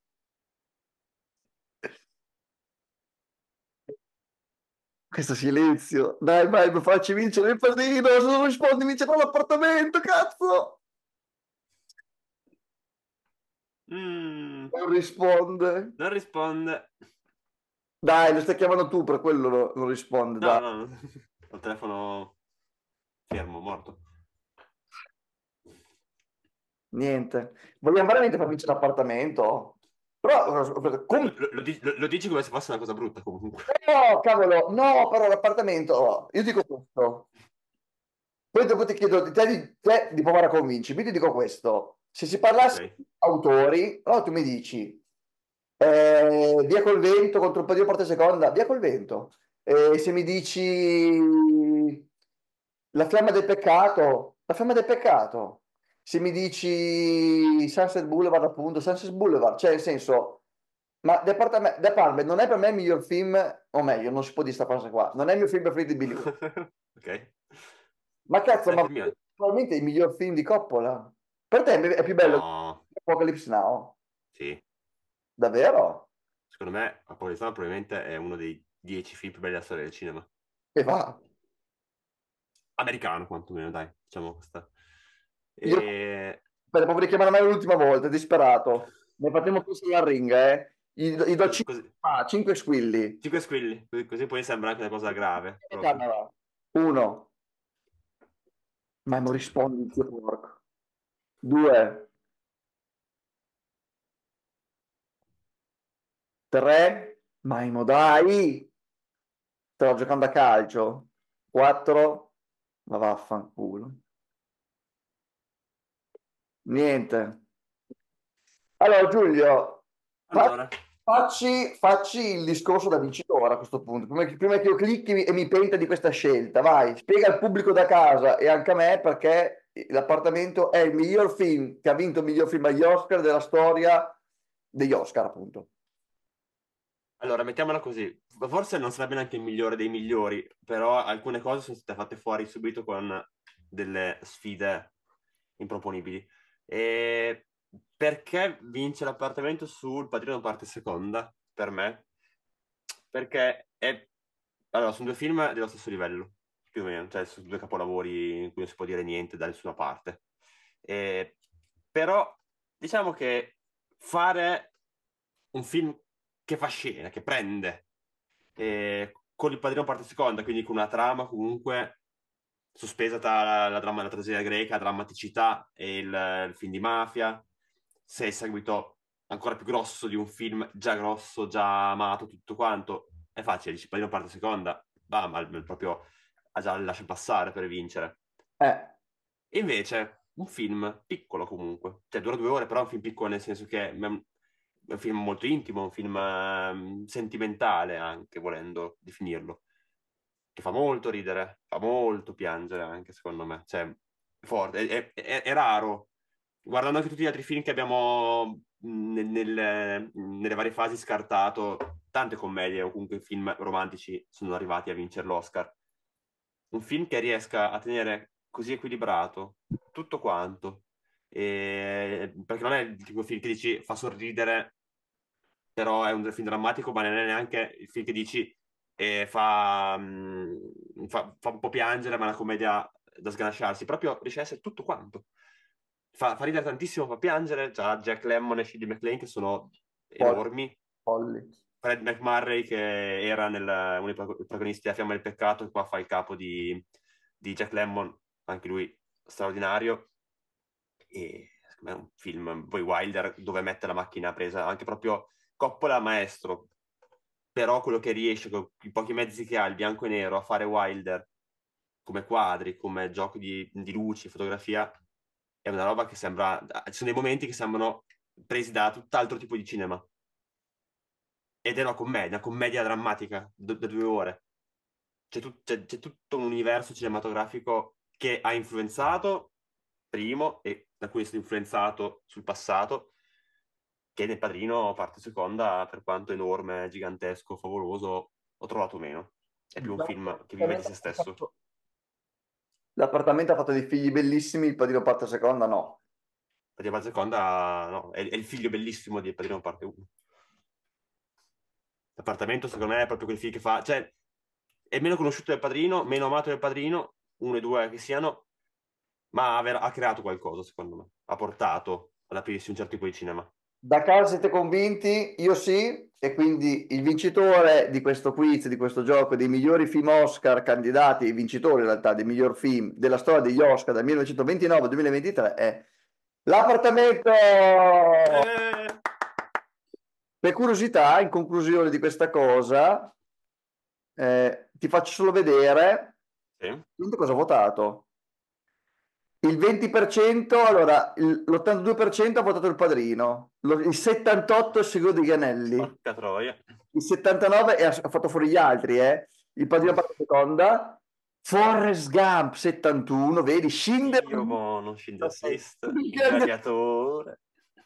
Questo silenzio. Dai, Maimo, facci vincere il padrino. Se non rispondi, vincerò l'appartamento, cazzo. Mm, Non risponde. non risponde. Dai, lo stai chiamando tu, per quello non risponde, No, dai. no, ho il telefono fermo, morto. Niente. Vogliamo veramente far vincere l'appartamento? Però, Lo dici come se fosse una cosa brutta, comunque. no, cavolo, no, però l'appartamento, io dico questo. Poi dopo ti chiedo te di provare a convincermi. Io ti dico questo. Se si parlasse Ok. di autori, allora tu mi dici via col vento contro il Padino Porta Seconda, via col vento. Se mi dici la fiamma del peccato, la fiamma del peccato. Se mi dici Sunset Boulevard, appunto, Sunset Boulevard, cioè nel senso, ma The Palmer non è per me il miglior film, o meglio, non si può dire questa cosa qua, non è il mio film preferito di Billy Wilder. Ok. Ma cazzo, ma Per me, probabilmente è il miglior film di Coppola. Per te è più bello di no, Apocalypse Now? sì. Davvero? Secondo me, Apollissano probabilmente è uno dei 10 film più belli della storia del cinema. E va. Americano, quantomeno, dai, diciamo questa. Io, E... aspetta, potrei chiamare me l'ultima volta, disperato. Ne facciamo tutti la ringa, eh? Gli do Così, così. 5 squilli. 5 squilli, così poi sembra anche una cosa grave, proprio. Camera. Uno. Ma non rispondi, zio porco. Due. Tre. Maimo, dai! Stavo giocando a calcio. Quattro. Ma vaffanculo. Niente. Allora, Giulio, fa- Allora, facci il discorso da vincitore a questo punto. Prima che io clicchi e mi penta di questa scelta, vai, spiega al pubblico da casa e anche a me perché l'appartamento è il miglior film che ha vinto il miglior film agli Oscar della storia degli Oscar, appunto. allora, mettiamola così. Forse non sarebbe neanche il migliore dei migliori, però alcune cose sono state fatte fuori subito con delle sfide improponibili. E perché vince l'appartamento sul Padrino parte seconda, per me? Perché allora, sono due film dello stesso livello, più o meno, cioè sono due capolavori in cui non si può dire niente da nessuna parte. Eh, però diciamo che fare un film che fa scena, che prende, con il Padrino parte seconda, quindi con una trama comunque sospesa tra la tragedia greca, la drammaticità e il film di mafia, se è il seguito ancora più grosso di un film già grosso, già amato, tutto quanto, è facile, dici Padrino parte seconda, va, ma proprio già lascia passare per vincere. Eh, E invece, un film piccolo comunque, cioè dura 2 ore, però è un film piccolo nel senso che è un film molto intimo, un film sentimentale anche, volendo definirlo, che fa molto ridere, fa molto piangere anche secondo me, cioè è forte, è raro. Guardando anche tutti gli altri film che abbiamo nelle varie fasi scartato tante commedie o comunque film romantici sono arrivati a vincere l'Oscar. Un film che riesca a tenere così equilibrato tutto quanto, perché non è il tipo di film che dici fa sorridere, però è un film drammatico, ma non è neanche il film che dici fa un po' piangere, ma è una commedia da sganasciarsi. Proprio riesce a essere tutto quanto. Fa ridere tantissimo, fa piangere. Già Jack Lemmon e Shirley MacLaine che sono Folli, enormi. folli. Fred McMurray che era uno dei protagonisti della Fiamma del Peccato, che qua fa il capo di Jack Lemmon, anche lui straordinario. E secondo me è un film, poi Wilder, dove mette la macchina presa, anche proprio Coppola maestro, però quello che riesce con i pochi mezzi che ha, il bianco e nero, a fare Wilder come quadri, come giochi di luci, fotografia, è una roba che sembra... Ci sono dei momenti che sembrano presi da tutt'altro tipo di cinema. Ed è una commedia drammatica da 2 ore. C'è tutto un universo cinematografico che ha influenzato, primo, e da cui è stato influenzato sul passato, che nel Padrino, parte seconda, per quanto enorme, gigantesco, favoloso, ho trovato meno. È più un film che vive di se stesso. L'appartamento ha fatto dei figli bellissimi, il Padrino parte seconda no. Padrino parte seconda, no, è il figlio bellissimo di Padrino parte 1. L'appartamento, secondo me, è proprio quel film che fa... Cioè, è meno conosciuto del Padrino, meno amato del Padrino, 1 e 2 che siano, ma ha creato qualcosa, secondo me. Ha portato ad aprirsi un certo tipo di cinema. Da casa siete convinti? Io sì, e quindi il vincitore di questo quiz, di questo gioco dei migliori film Oscar candidati, il vincitore in realtà del miglior film della storia degli Oscar dal 1929 al 2023 è L'appartamento. Eh, Per curiosità, in conclusione di questa cosa, ti faccio solo vedere sì. quindi cosa ho votato. Il 20%, allora l'82% ha votato il Padrino, il 78% il Signore degli Anelli, Porca troia. il 79% e ha fatto fuori gli altri, eh. Il Padrino parte seconda, Forrest Gump 71, vedi, Schindler. Dio buono, Schindler's List, Il Il Gladiatore.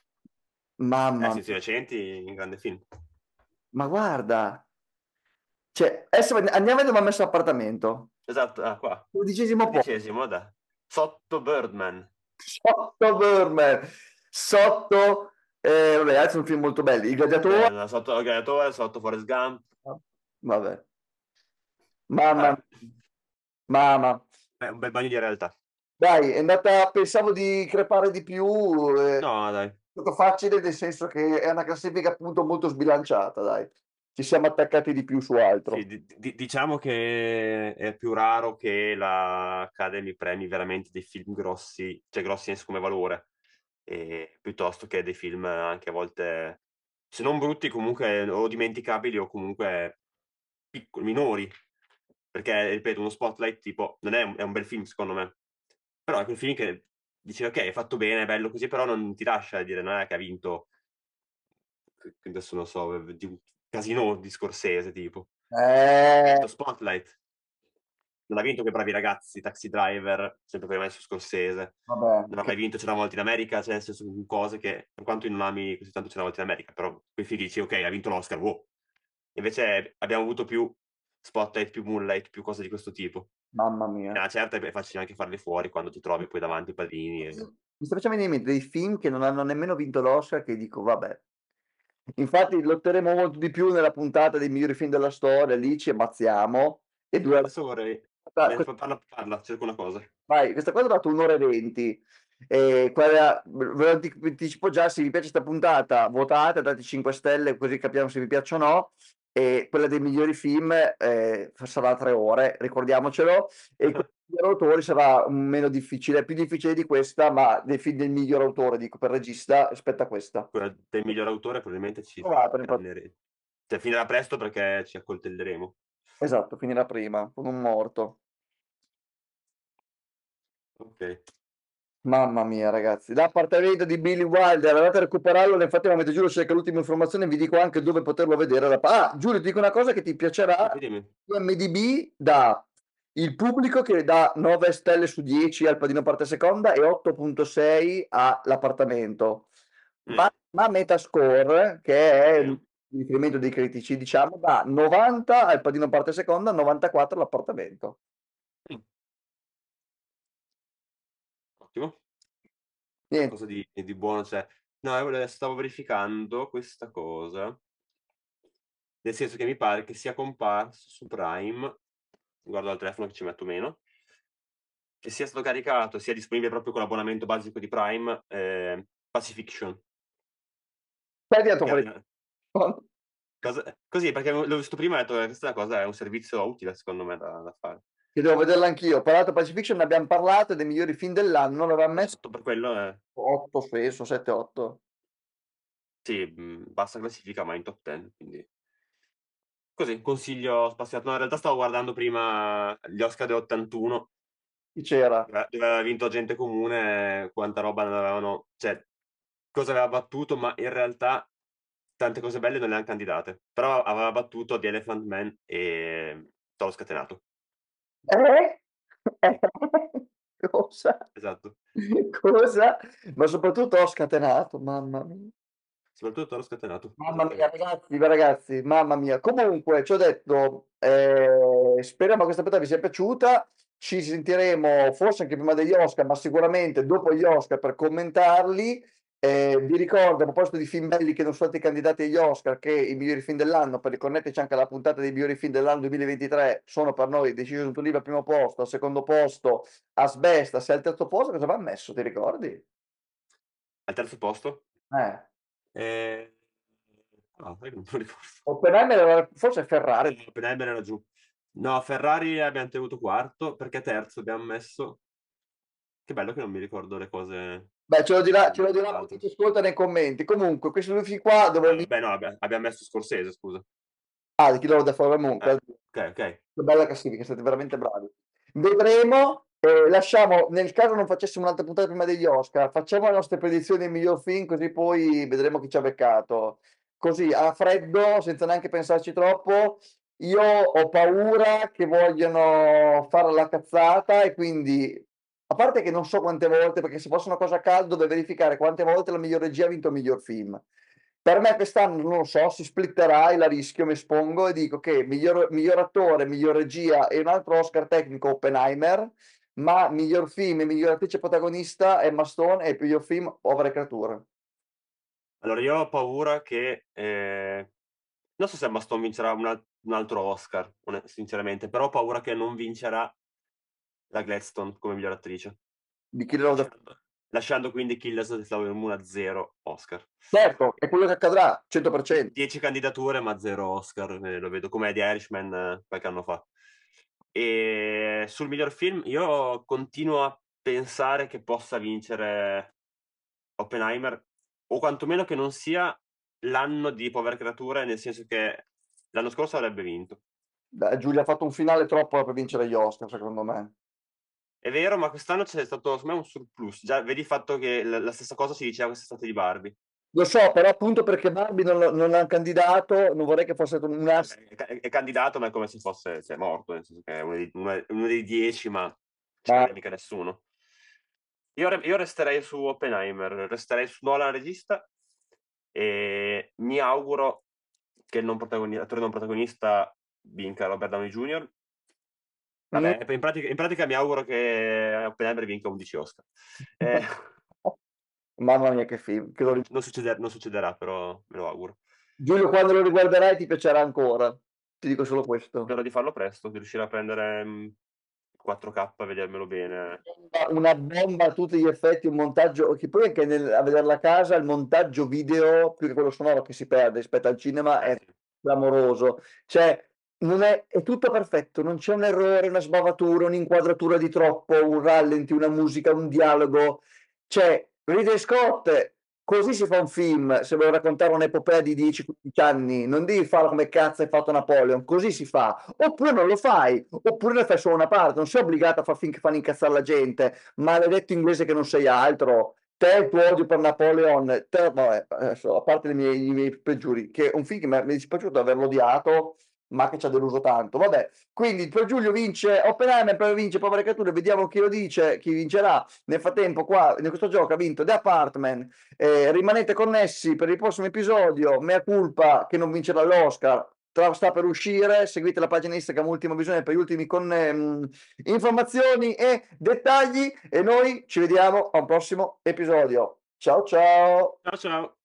Mamma Sì, sì, mia, recenti, un grande film. ma guarda, cioè, adesso andiamo a vedere dove ha messo l'appartamento. Esatto, qua. 12° posto. 13°, da. Sotto Birdman. Sotto Birdman, sotto, vabbè, altri sono film molto belli. Il Gladiatore, Sotto Il Gladiatore, sotto Forrest Gump. vabbè, mamma, Vabbè, mamma. è un bel bagno di realtà. Dai, è andata, pensavo di crepare di più, No, dai. è stato facile nel senso che è una classifica appunto molto sbilanciata, dai. Ci siamo attaccati di più su Sì, altro. diciamo che è più raro che la Academy premi veramente dei film grossi, cioè grossi nel senso come valore, piuttosto che dei film anche a volte, se non brutti, comunque o dimenticabili o comunque piccoli, minori. Perché, ripeto, uno Spotlight tipo non è un bel film secondo me, però è quel film che dici ok, è fatto bene, è bello così, però non ti lascia dire non è che ha vinto, adesso non so, di un Casino di Scorsese tipo. Ha Eh, vinto Spotlight, non ha vinto Quei bravi ragazzi, Taxi Driver, sempre per me su Scorsese, vabbè, non ha mai vinto C'era una volta in America, cioè nel senso cose che, per quanto io non ami così tanto C'era una volta in America, però quei film dici ok, ha vinto l'Oscar, wow. Invece abbiamo avuto più Spotlight, più Moonlight, più cose di questo tipo. mamma E mia. una certa è facile anche farle fuori quando ti trovi poi davanti ai padrini. Mi sta facendo venire in mente dei film che non hanno nemmeno vinto l'Oscar che dico, vabbè. Infatti lotteremo molto di più nella puntata dei migliori film della storia, lì ci ammazziamo. E dura... Adesso vorrei... Parla, cerco una cosa. Vai, questa cosa ha dato 1 ora e 20. Ve lo anticipo già, se vi piace questa puntata, votate, date 5 stelle così capiamo se vi piace o no. E quella dei migliori film sarà 3 ore, ricordiamocelo. E quella dei migliori autori sarà meno difficile, più difficile di questa, ma dei film del miglior autore, dico, per regista, rispetto a questa. Quella del miglior autore probabilmente Provatelo, cioè, finirà presto perché ci accoltelleremo. esatto, finirà prima, con un morto. Ok. Mamma mia, ragazzi, l'appartamento di Billy Wilder, andate a recuperarlo. Nel frattempo, mentre Giulio cerca l'ultima informazione, vi dico anche dove poterlo vedere. Ah, Giulio, ti dico una cosa che ti piacerà. Dimmi, dimmi. MDB dà il pubblico che dà 9 stelle su 10 al Padrino parte seconda e 8,6 all'appartamento. Mm. ma Metascore, che è Sì. il riferimento dei critici, diciamo, da 90 al Padino parte seconda, 94 all'appartamento. Mm. Ottimo. Niente. Qualcosa di buono c'è. No, io stavo verificando questa cosa, nel senso che mi pare che sia comparso su Prime, guardo al telefono che ci metto meno, che sia stato caricato, sia disponibile proprio con l'abbonamento basico di Prime, Pacifiction. Stai dietro Che fuori. è- Così, perché l'ho visto prima e ho detto che questa è una cosa, è un servizio utile secondo me da fare. Che devo vederla anch'io. Ho parlato di Pacifiction, ne abbiamo parlato, dei migliori film dell'anno, non aveva messo Esatto, per quello 8 spesso, 7-8. sì, bassa classifica, ma in top 10, quindi così, consiglio spaziato. No, in realtà stavo guardando prima gli Oscar dell'81, Chi c'era? dove aveva vinto Gente Comune, quanta roba ne avevano, cioè, cosa aveva battuto, ma in realtà tante cose belle non le hanno candidate. Però aveva battuto The Elephant Man e Toro Scatenato. Eh? Sì, Cosa? esatto. Cosa? Ma soprattutto ho scatenato, mamma mia. Soprattutto Toro Scatenato, Mamma mia, esattamente. ragazzi, ragazzi, mamma mia. Comunque, ci ho detto, speriamo che questa puntata vi sia piaciuta. Ci sentiremo forse anche prima degli Oscar, ma sicuramente dopo gli Oscar per commentarli. Vi ricordo, a proposito di film belli che non sono stati candidati agli Oscar, che i migliori film dell'anno, per riconnetterci anche alla puntata dei migliori film dell'anno 2023, sono per noi Decision to Live al primo posto, al secondo posto Asbestas e al terzo posto cosa va messo, ti ricordi? Al terzo posto? Eh. Eh... No, sai che non me lo ricordo. Oppenheimer forse è Ferrari. Oppenheimer era giù. No, Ferrari abbiamo tenuto quarto, perché terzo abbiamo messo... Che bello che non mi ricordo le cose Beh, ce lo dirà chi dell'altro. ci ascolta nei commenti. Comunque, questi due film qua dove Beh, no, abbiamo messo Scorsese, scusa. ah, di chi loro da fare comunque. Ok, ok. Che bella classifica, siete veramente bravi. Vedremo, lasciamo, nel caso non facessimo un'altra puntata prima degli Oscar, facciamo le nostre predizioni del miglior film, così poi vedremo chi ci ha beccato. Così, a freddo, senza neanche pensarci troppo, io ho paura che vogliano fare la cazzata e quindi, a parte che non so quante volte, perché se fosse una cosa a caldo, devo verificare quante volte la miglior regia ha vinto il miglior film. Per me quest'anno non lo so, si splitterà e la rischio, mi espongo e dico che miglior attore, miglior regia e un altro Oscar tecnico Oppenheimer, ma miglior film e miglior attrice protagonista Emma Stone e miglior film Povere creature. Allora, io ho paura che... non so se Emma Stone vincerà un altro Oscar, sinceramente, però ho paura che non vincerà la Gladstone come miglior attrice. Di Killer of the... Lasciando quindi Killers of the Flower Moon a 0 Oscar. Certo, è quello che accadrà, 100%. 10 candidature ma 0 Oscar, lo vedo come The Irishman qualche anno fa. E sul miglior film io continuo a pensare che possa vincere Oppenheimer, o quantomeno che non sia l'anno di Povere Creature, nel senso che l'anno scorso avrebbe vinto. Dai, Giulia ha fatto un finale troppo per vincere gli Oscar, secondo me. È vero, ma quest'anno c'è stato, secondo me, un surplus. Già, vedi il fatto che la stessa cosa si diceva quest'estate di Barbie. Lo so, però appunto perché Barbie non l'ha candidato, non vorrei che fosse un ass. È candidato, ma è come se fosse cioè, morto, nel senso che è uno dei 10, ma ci Ma crede mica nessuno. Io resterei su Oppenheimer, resterei su Nolan regista e mi auguro che l'attore non protagonista vinca Robert Downey Jr. mm. Vabbè, in pratica mi auguro che Oppenheimer vinca 11 Oscar. Eh, Mamma mia, che film. non succederà, però me lo auguro. Giulio, quando lo riguarderai ti piacerà ancora. Ti dico solo questo. Spero di farlo presto, di riuscire a prendere 4K e vedermelo bene. Una bomba a tutti gli effetti, un montaggio che poi anche a vederla a casa il montaggio video più che quello sonoro che si perde rispetto al cinema è Sì. clamoroso. Cioè, non è tutto perfetto, non c'è un errore, una sbavatura, un'inquadratura di troppo, un rallenti, una musica, un dialogo. Cioè, Ridley Scott, così si fa un film, se vuoi raccontare un'epopea di 10-15 anni, non devi farlo come cazzo hai fatto Napoleon, così si fa. Oppure non lo fai, oppure ne fai solo una parte, non sei obbligato a far finché fanno incazzare la gente, maledetto inglese che non sei altro. Te il tuo odio per Napoleon, te, vabbè, adesso, a parte i miei peggiori, che è un film che mi è dispiaciuto averlo odiato, ma che ci ha deluso tanto. Vabbè, quindi per Giulio vince Oppenheimer, poi vince Povere Creature, vediamo chi lo dice, chi vincerà. Nel frattempo qua, in questo gioco ha vinto The Apartment. Rimanete connessi per il prossimo episodio, mea culpa che non vincerà l'Oscar, sta per uscire, seguite la pagina Instagram Ultima Visione per gli ultimi informazioni e dettagli e noi ci vediamo a un prossimo episodio. Ciao ciao! Ciao ciao!